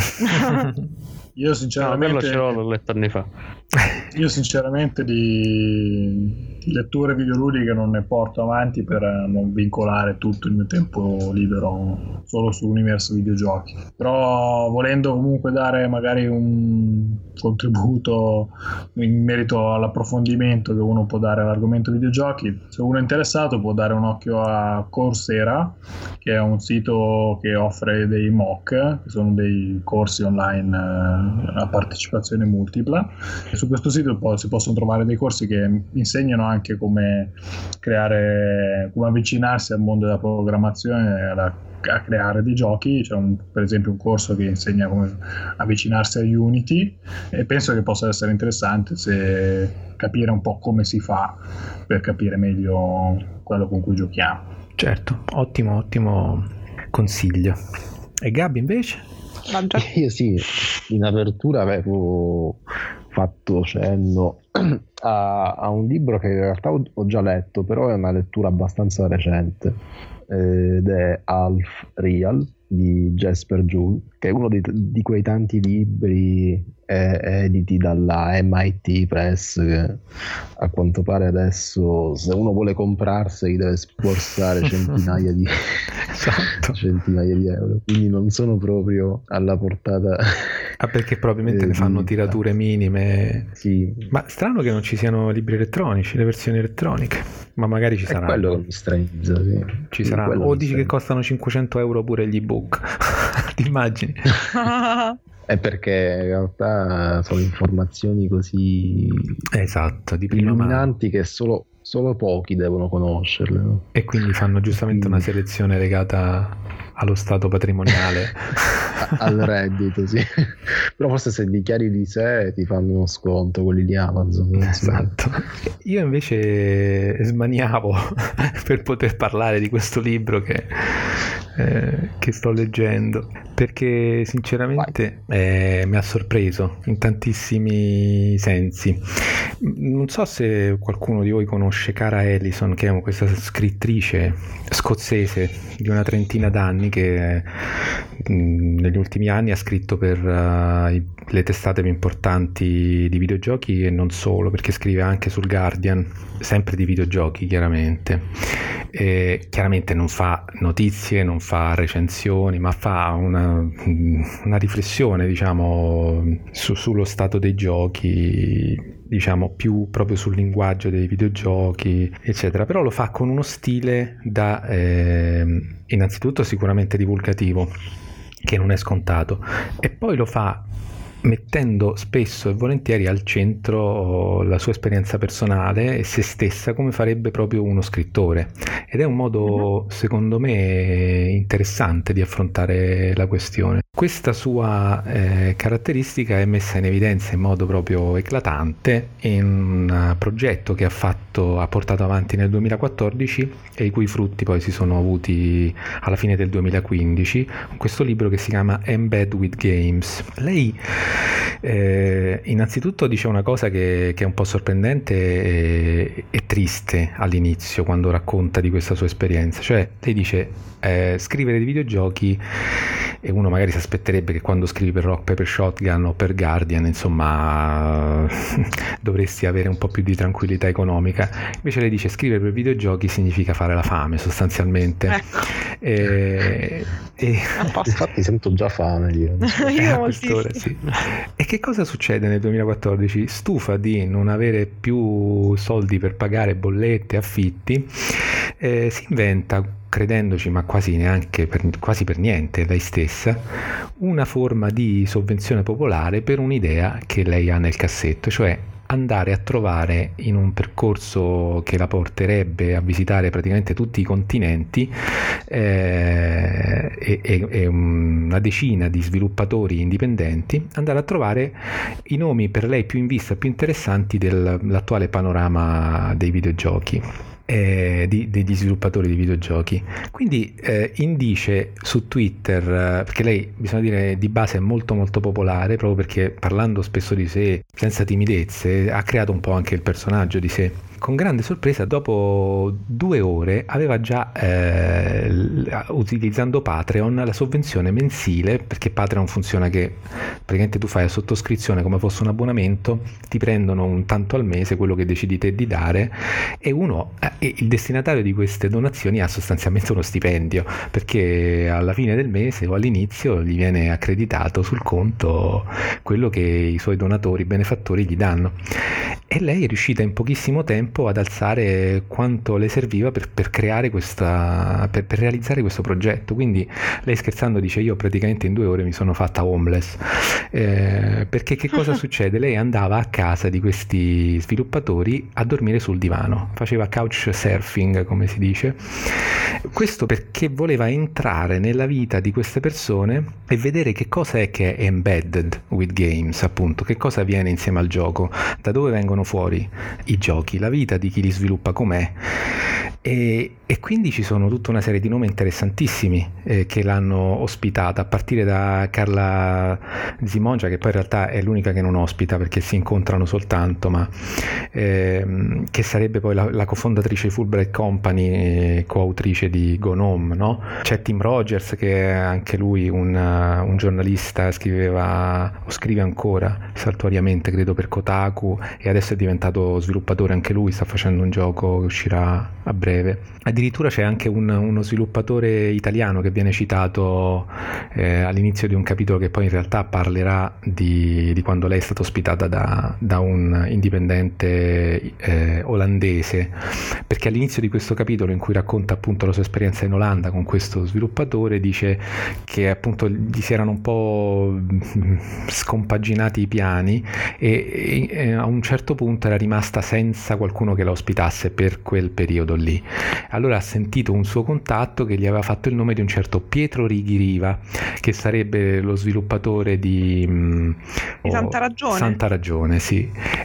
Io sinceramente no, ce l'ho, l'ho letto anni fa. Io sinceramente di letture videoludiche non ne porto avanti per non vincolare tutto il mio tempo libero solo sull'universo videogiochi. Però volendo comunque dare magari un contributo in merito all'approfondimento che uno può dare all'argomento videogiochi, se uno è interessato può dare un occhio a Coursera, che è un sito che offre dei M O C, che sono dei corsi online a partecipazione multipla. E su questo sito poi si possono trovare dei corsi che insegnano anche come creare, come avvicinarsi al mondo della programmazione, alla, a creare dei giochi. C'è un, per esempio un corso che insegna come avvicinarsi a Unity, e penso che possa essere interessante se capire un po' come si fa per capire meglio quello con cui giochiamo. Certo, ottimo ottimo consiglio. E Gabi invece? Io sì, in apertura avevo fatto cenno a, a un libro che in realtà ho, ho già letto, però è una lettura abbastanza recente, ed è Half Real di Jesper Juhl, che è uno di, di quei tanti libri eh, editi dalla M I T Press che a quanto pare adesso, se uno vuole comprarseli, deve sborsare centinaia di esatto. centinaia di euro, quindi non sono proprio alla portata. Ah, perché probabilmente eh, ne fanno tirature minime. Sì. Ma strano che non ci siano libri elettronici, le versioni elettroniche, ma magari ci saranno. È quello che mi stranizza, sì. Ci saranno. O dici che costano cinquecento euro pure gli ebook? Ti immagini? È perché in realtà sono informazioni così esatto, di prima illuminanti mano, che solo, solo pochi devono conoscerle, no? E quindi fanno giustamente quindi... una selezione legata allo stato patrimoniale, al reddito, sì. Però forse se dichiari di sé ti fanno uno sconto quelli di Amazon. Esatto. Io invece smaniavo per poter parlare di questo libro che Eh, che sto leggendo, perché sinceramente eh, mi ha sorpreso in tantissimi sensi. Non so se qualcuno di voi conosce Cara Ellison, che è questa scrittrice scozzese di una trentina d'anni che mh, negli ultimi anni ha scritto per uh, i, le testate più importanti di videogiochi e non solo, perché scrive anche sul Guardian, sempre di videogiochi chiaramente. E chiaramente non fa notizie, non fa recensioni, ma fa una, una riflessione, diciamo, su, sullo stato dei giochi, diciamo più proprio sul linguaggio dei videogiochi, eccetera. Però lo fa con uno stile da eh, innanzitutto sicuramente divulgativo, che non è scontato, e poi lo fa mettendo spesso e volentieri al centro la sua esperienza personale e se stessa, come farebbe proprio uno scrittore, ed è un modo secondo me interessante di affrontare la questione. Questa sua eh, caratteristica è messa in evidenza in modo proprio eclatante in un progetto che ha fatto ha portato avanti nel duemilaquattordici e i cui frutti poi si sono avuti alla fine del duemilaquindici, questo libro che si chiama Embed with Games. Lei Eh, innanzitutto dice una cosa che, che è un po' sorprendente e, e triste all'inizio quando racconta di questa sua esperienza, cioè lei dice eh, scrivere di videogiochi, e uno magari si aspetterebbe che quando scrivi per Rock Paper Shotgun o per Guardian insomma dovresti avere un po' più di tranquillità economica, invece lei dice scrivere per videogiochi significa fare la fame sostanzialmente. Ecco. e, e... infatti sento già fame io, io moltissimo. Sì. E che cosa succede nel duemilaquattordici? Stufa di non avere più soldi per pagare bollette, affitti, eh, si inventa, credendoci ma quasi neanche per, quasi per niente lei stessa, una forma di sovvenzione popolare per un'idea che lei ha nel cassetto, cioè andare a trovare in un percorso che la porterebbe a visitare praticamente tutti i continenti eh, e, e, e una decina di sviluppatori indipendenti, andare a trovare i nomi per lei più in vista, più interessanti dell'attuale panorama dei videogiochi. Eh, di, degli sviluppatori di videogiochi. Quindi eh, indice su Twitter, eh, perché lei, bisogna dire, di base è molto molto popolare, proprio perché parlando spesso di sé senza timidezze ha creato un po' anche il personaggio di sé. Con grande sorpresa, dopo due ore aveva già eh, utilizzando Patreon la sovvenzione mensile, perché Patreon funziona che praticamente tu fai la sottoscrizione come fosse un abbonamento, ti prendono un tanto al mese quello che decidi te di dare, e uno eh, il destinatario di queste donazioni ha sostanzialmente uno stipendio, perché alla fine del mese o all'inizio gli viene accreditato sul conto quello che i suoi donatori, benefattori gli danno. E lei è riuscita in pochissimo tempo ad alzare quanto le serviva per, per creare questa per, per realizzare questo progetto. Quindi lei, scherzando, dice: io praticamente in due ore mi sono fatta homeless, eh, perché che cosa succede? Lei andava a casa di questi sviluppatori a dormire sul divano, faceva couch surfing, come si dice. Questo perché voleva entrare nella vita di queste persone e vedere che cosa è che è embedded with games, appunto, che cosa viene insieme al gioco, da dove vengono fuori i giochi, la vita di chi li sviluppa com'è. e, e quindi ci sono tutta una serie di nomi interessantissimi eh, che l'hanno ospitata, a partire da Carla Zimongia, che poi in realtà è l'unica che non ospita perché si incontrano soltanto, ma ehm, che sarebbe poi la, la cofondatrice di Fulbright Company, eh, coautrice di Gone Home, no? C'è Tim Rogers, che è anche lui un, un giornalista, scriveva o scrive ancora saltuariamente credo per Kotaku, e adesso è diventato sviluppatore anche lui, sta facendo un gioco che uscirà a breve. Addirittura c'è anche un, uno sviluppatore italiano che viene citato eh, all'inizio di un capitolo che poi in realtà parlerà di, di quando lei è stata ospitata da, da un indipendente eh, olandese, perché all'inizio di questo capitolo, in cui racconta appunto la sua esperienza in Olanda con questo sviluppatore, dice che appunto gli si erano un po' scompaginati i piani e, e a un certo punto era rimasta senza qualcuno che la ospitasse per quel periodo lì. Allora ha sentito un suo contatto che gli aveva fatto il nome di un certo Pietro Righiriva, che sarebbe lo sviluppatore di, mh, di Santa Ragione. Santa Ragione, sì.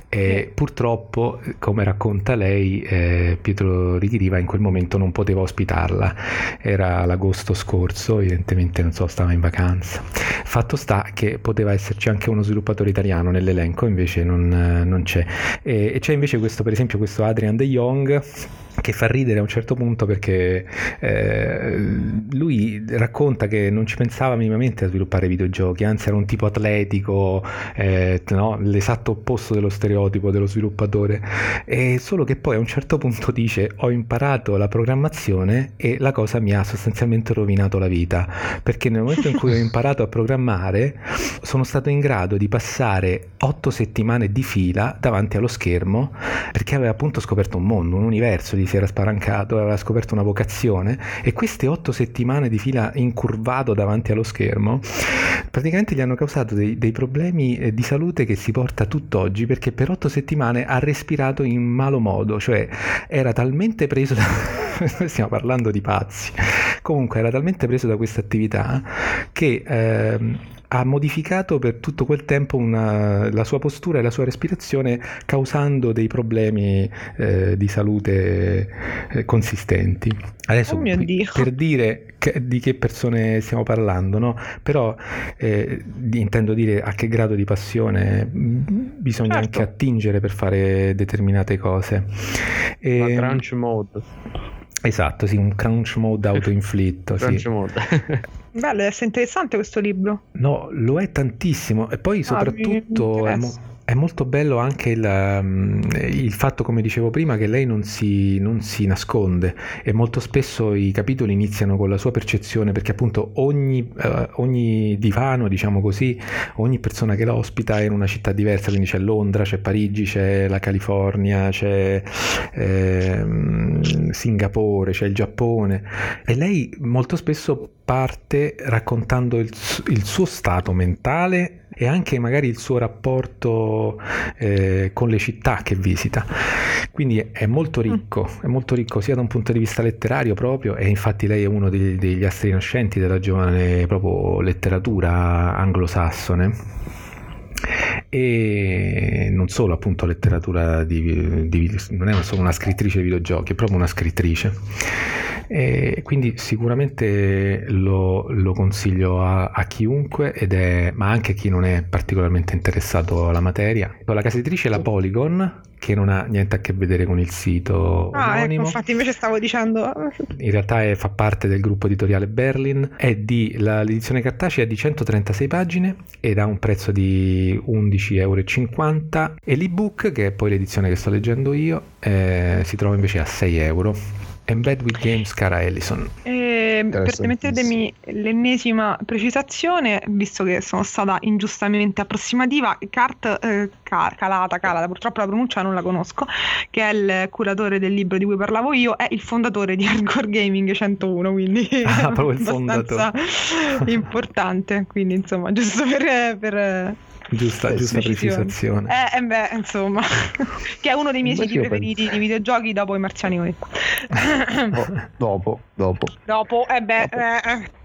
E purtroppo, come racconta lei, eh, Pietro Righiriva in quel momento non poteva ospitarla. Era l'agosto scorso, evidentemente non so, stava in vacanza. Fatto sta che poteva esserci anche uno sviluppatore italiano nell'elenco, invece non, non c'è. E, e c'è invece questo, per esempio, questo Adrian De Jong, che fa ridere a un certo punto perché eh, lui racconta che non ci pensava minimamente a sviluppare videogiochi, anzi era un tipo atletico, eh, no? L'esatto opposto dello stereotipo dello sviluppatore, e solo che poi a un certo punto dice: ho imparato la programmazione e la cosa mi ha sostanzialmente rovinato la vita, perché nel momento in cui ho imparato a programmare sono stato in grado di passare otto settimane di fila davanti allo schermo, perché aveva appunto scoperto un mondo, un universo, di si era sparancato, aveva scoperto una vocazione, e queste otto settimane di fila incurvato davanti allo schermo praticamente gli hanno causato dei, dei problemi di salute che si porta tutt'oggi, perché per otto settimane ha respirato in malo modo, cioè era talmente preso da stiamo parlando di pazzi, comunque era talmente preso da questa attività che ehm, ha modificato per tutto quel tempo una, la sua postura e la sua respirazione, causando dei problemi eh, di salute eh, consistenti. Adesso oh mio Dio. Per dire che, di che persone stiamo parlando, no? Però eh, intendo dire a che grado di passione bisogna certo. anche attingere per fare determinate cose. E, la crunch mode. Esatto, sì, un crunch mode autoinflitto. crunch sì. mode. Bello, è interessante questo libro. No, lo è tantissimo, e poi soprattutto ah, è, mo- è molto bello anche il, il fatto, come dicevo prima, che lei non si, non si nasconde, e molto spesso i capitoli iniziano con la sua percezione, perché appunto ogni, uh, ogni divano, diciamo così, ogni persona che la ospita è in una città diversa, quindi c'è Londra, c'è Parigi, c'è la California, c'è eh, Singapore, c'è il Giappone, e lei molto spesso parte raccontando il, il suo stato mentale e anche magari il suo rapporto eh, con le città che visita, quindi è molto ricco, è molto ricco sia da un punto di vista letterario proprio, e infatti lei è uno degli, degli astri nascenti della giovane proprio letteratura anglosassone. E non solo appunto letteratura di, di non è solo una scrittrice di videogiochi, è proprio una scrittrice, e quindi sicuramente lo, lo consiglio a, a chiunque, ed è, ma anche a chi non è particolarmente interessato alla materia. La casa editrice è la Polygon, che non ha niente a che vedere con il sito ah, omonimo. Ecco, infatti invece stavo dicendo in realtà è, fa parte del gruppo editoriale Berlin, è di la, l'edizione cartacea è di centotrentasei pagine ed ha un prezzo di undici virgola cinquanta euro, e l'ebook, che è poi l'edizione che sto leggendo io, eh, si trova invece a sei euro. Embed with Games, cara Ellison. Eh, permettetemi l'ennesima precisazione, visto che sono stata ingiustamente approssimativa. Cart eh, Car- Calata, Calata, purtroppo la pronuncia non la conosco, che è il curatore del libro di cui parlavo io, è il fondatore di Hardcore Gaming centouno, quindi ah, proprio il abbastanza importante, quindi insomma giusto per... per Giusta, eh, giusta precisazione. Eh, eh beh, insomma, che è uno dei miei siti preferiti penso. di videogiochi dopo i Marziani. oh, dopo, dopo. Dopo, eh beh, dopo. Eh,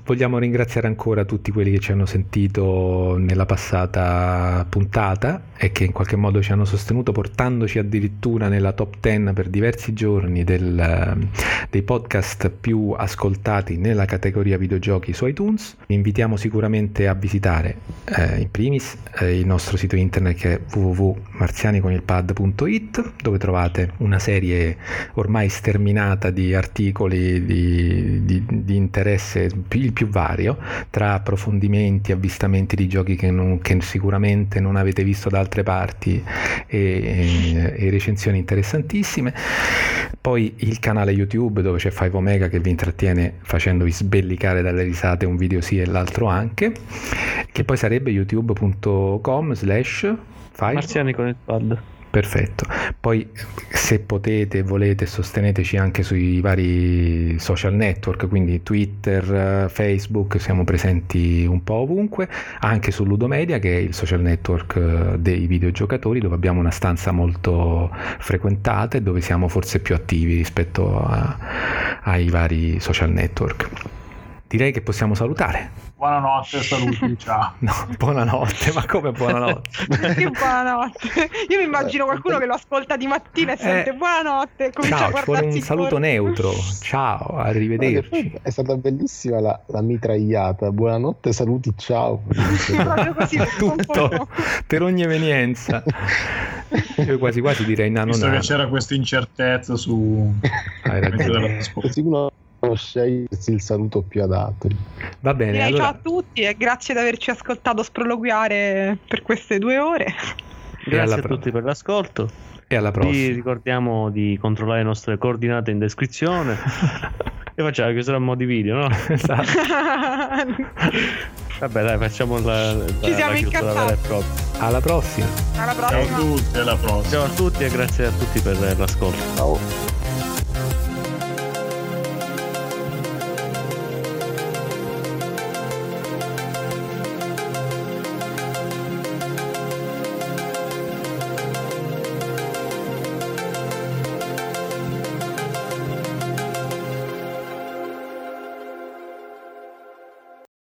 Vogliamo ringraziare ancora tutti quelli che ci hanno sentito nella passata puntata e che in qualche modo ci hanno sostenuto, portandoci addirittura nella top dieci per diversi giorni del, dei podcast più ascoltati nella categoria videogiochi su iTunes. Vi invitiamo sicuramente a visitare eh, in primis eh, il nostro sito internet, che è w w w punto marzianiconilpad punto it, dove trovate una serie ormai sterminata di articoli di, di, di interesse il più vario, tra approfondimenti, avvistamenti di giochi che, non, che sicuramente non avete visto da altre parti e, e, e recensioni interessantissime. Poi il canale YouTube dove c'è five Omega che vi intrattiene facendovi sbellicare dalle risate, un video sì e l'altro anche, che poi sarebbe youtube punto com slash Marziani con il pad. Perfetto. Poi se potete e volete sosteneteci anche sui vari social network, quindi Twitter, Facebook, siamo presenti un po' ovunque, anche su Ludomedia, che è il social network dei videogiocatori, dove abbiamo una stanza molto frequentata e dove siamo forse più attivi rispetto a, ai vari social network. Direi che possiamo salutare. Buonanotte, saluti, ciao. No, buonanotte, ma come buonanotte? Che buonanotte. Io mi immagino qualcuno che lo ascolta di mattina e sente eh, buonanotte, comincia ciao, a guardarsi un saluto fuori. Neutro. Ciao, arrivederci. È stata bellissima la, la mitragliata. Buonanotte, saluti, ciao. Così, tutto per ogni evenienza. Io quasi quasi direi nano visto nano. Che c'era questa incertezza su hai ragione. Così uno sceglie il saluto più adatto. Va bene, direi allora... ciao a tutti e grazie di averci ascoltato sproloquiare per queste due ore. Grazie a tutti per l'ascolto e alla prossima. Vi ricordiamo di controllare le nostre coordinate in descrizione e facciamo la chiusura a mo' di video, no? Esatto. Vabbè, dai, facciamo la, la, ci siamo la chiusura vera e propria. Alla prossima. Alla prossima. Ciao a tutti, alla prossima. Ciao a tutti e grazie a tutti per l'ascolto. Ciao.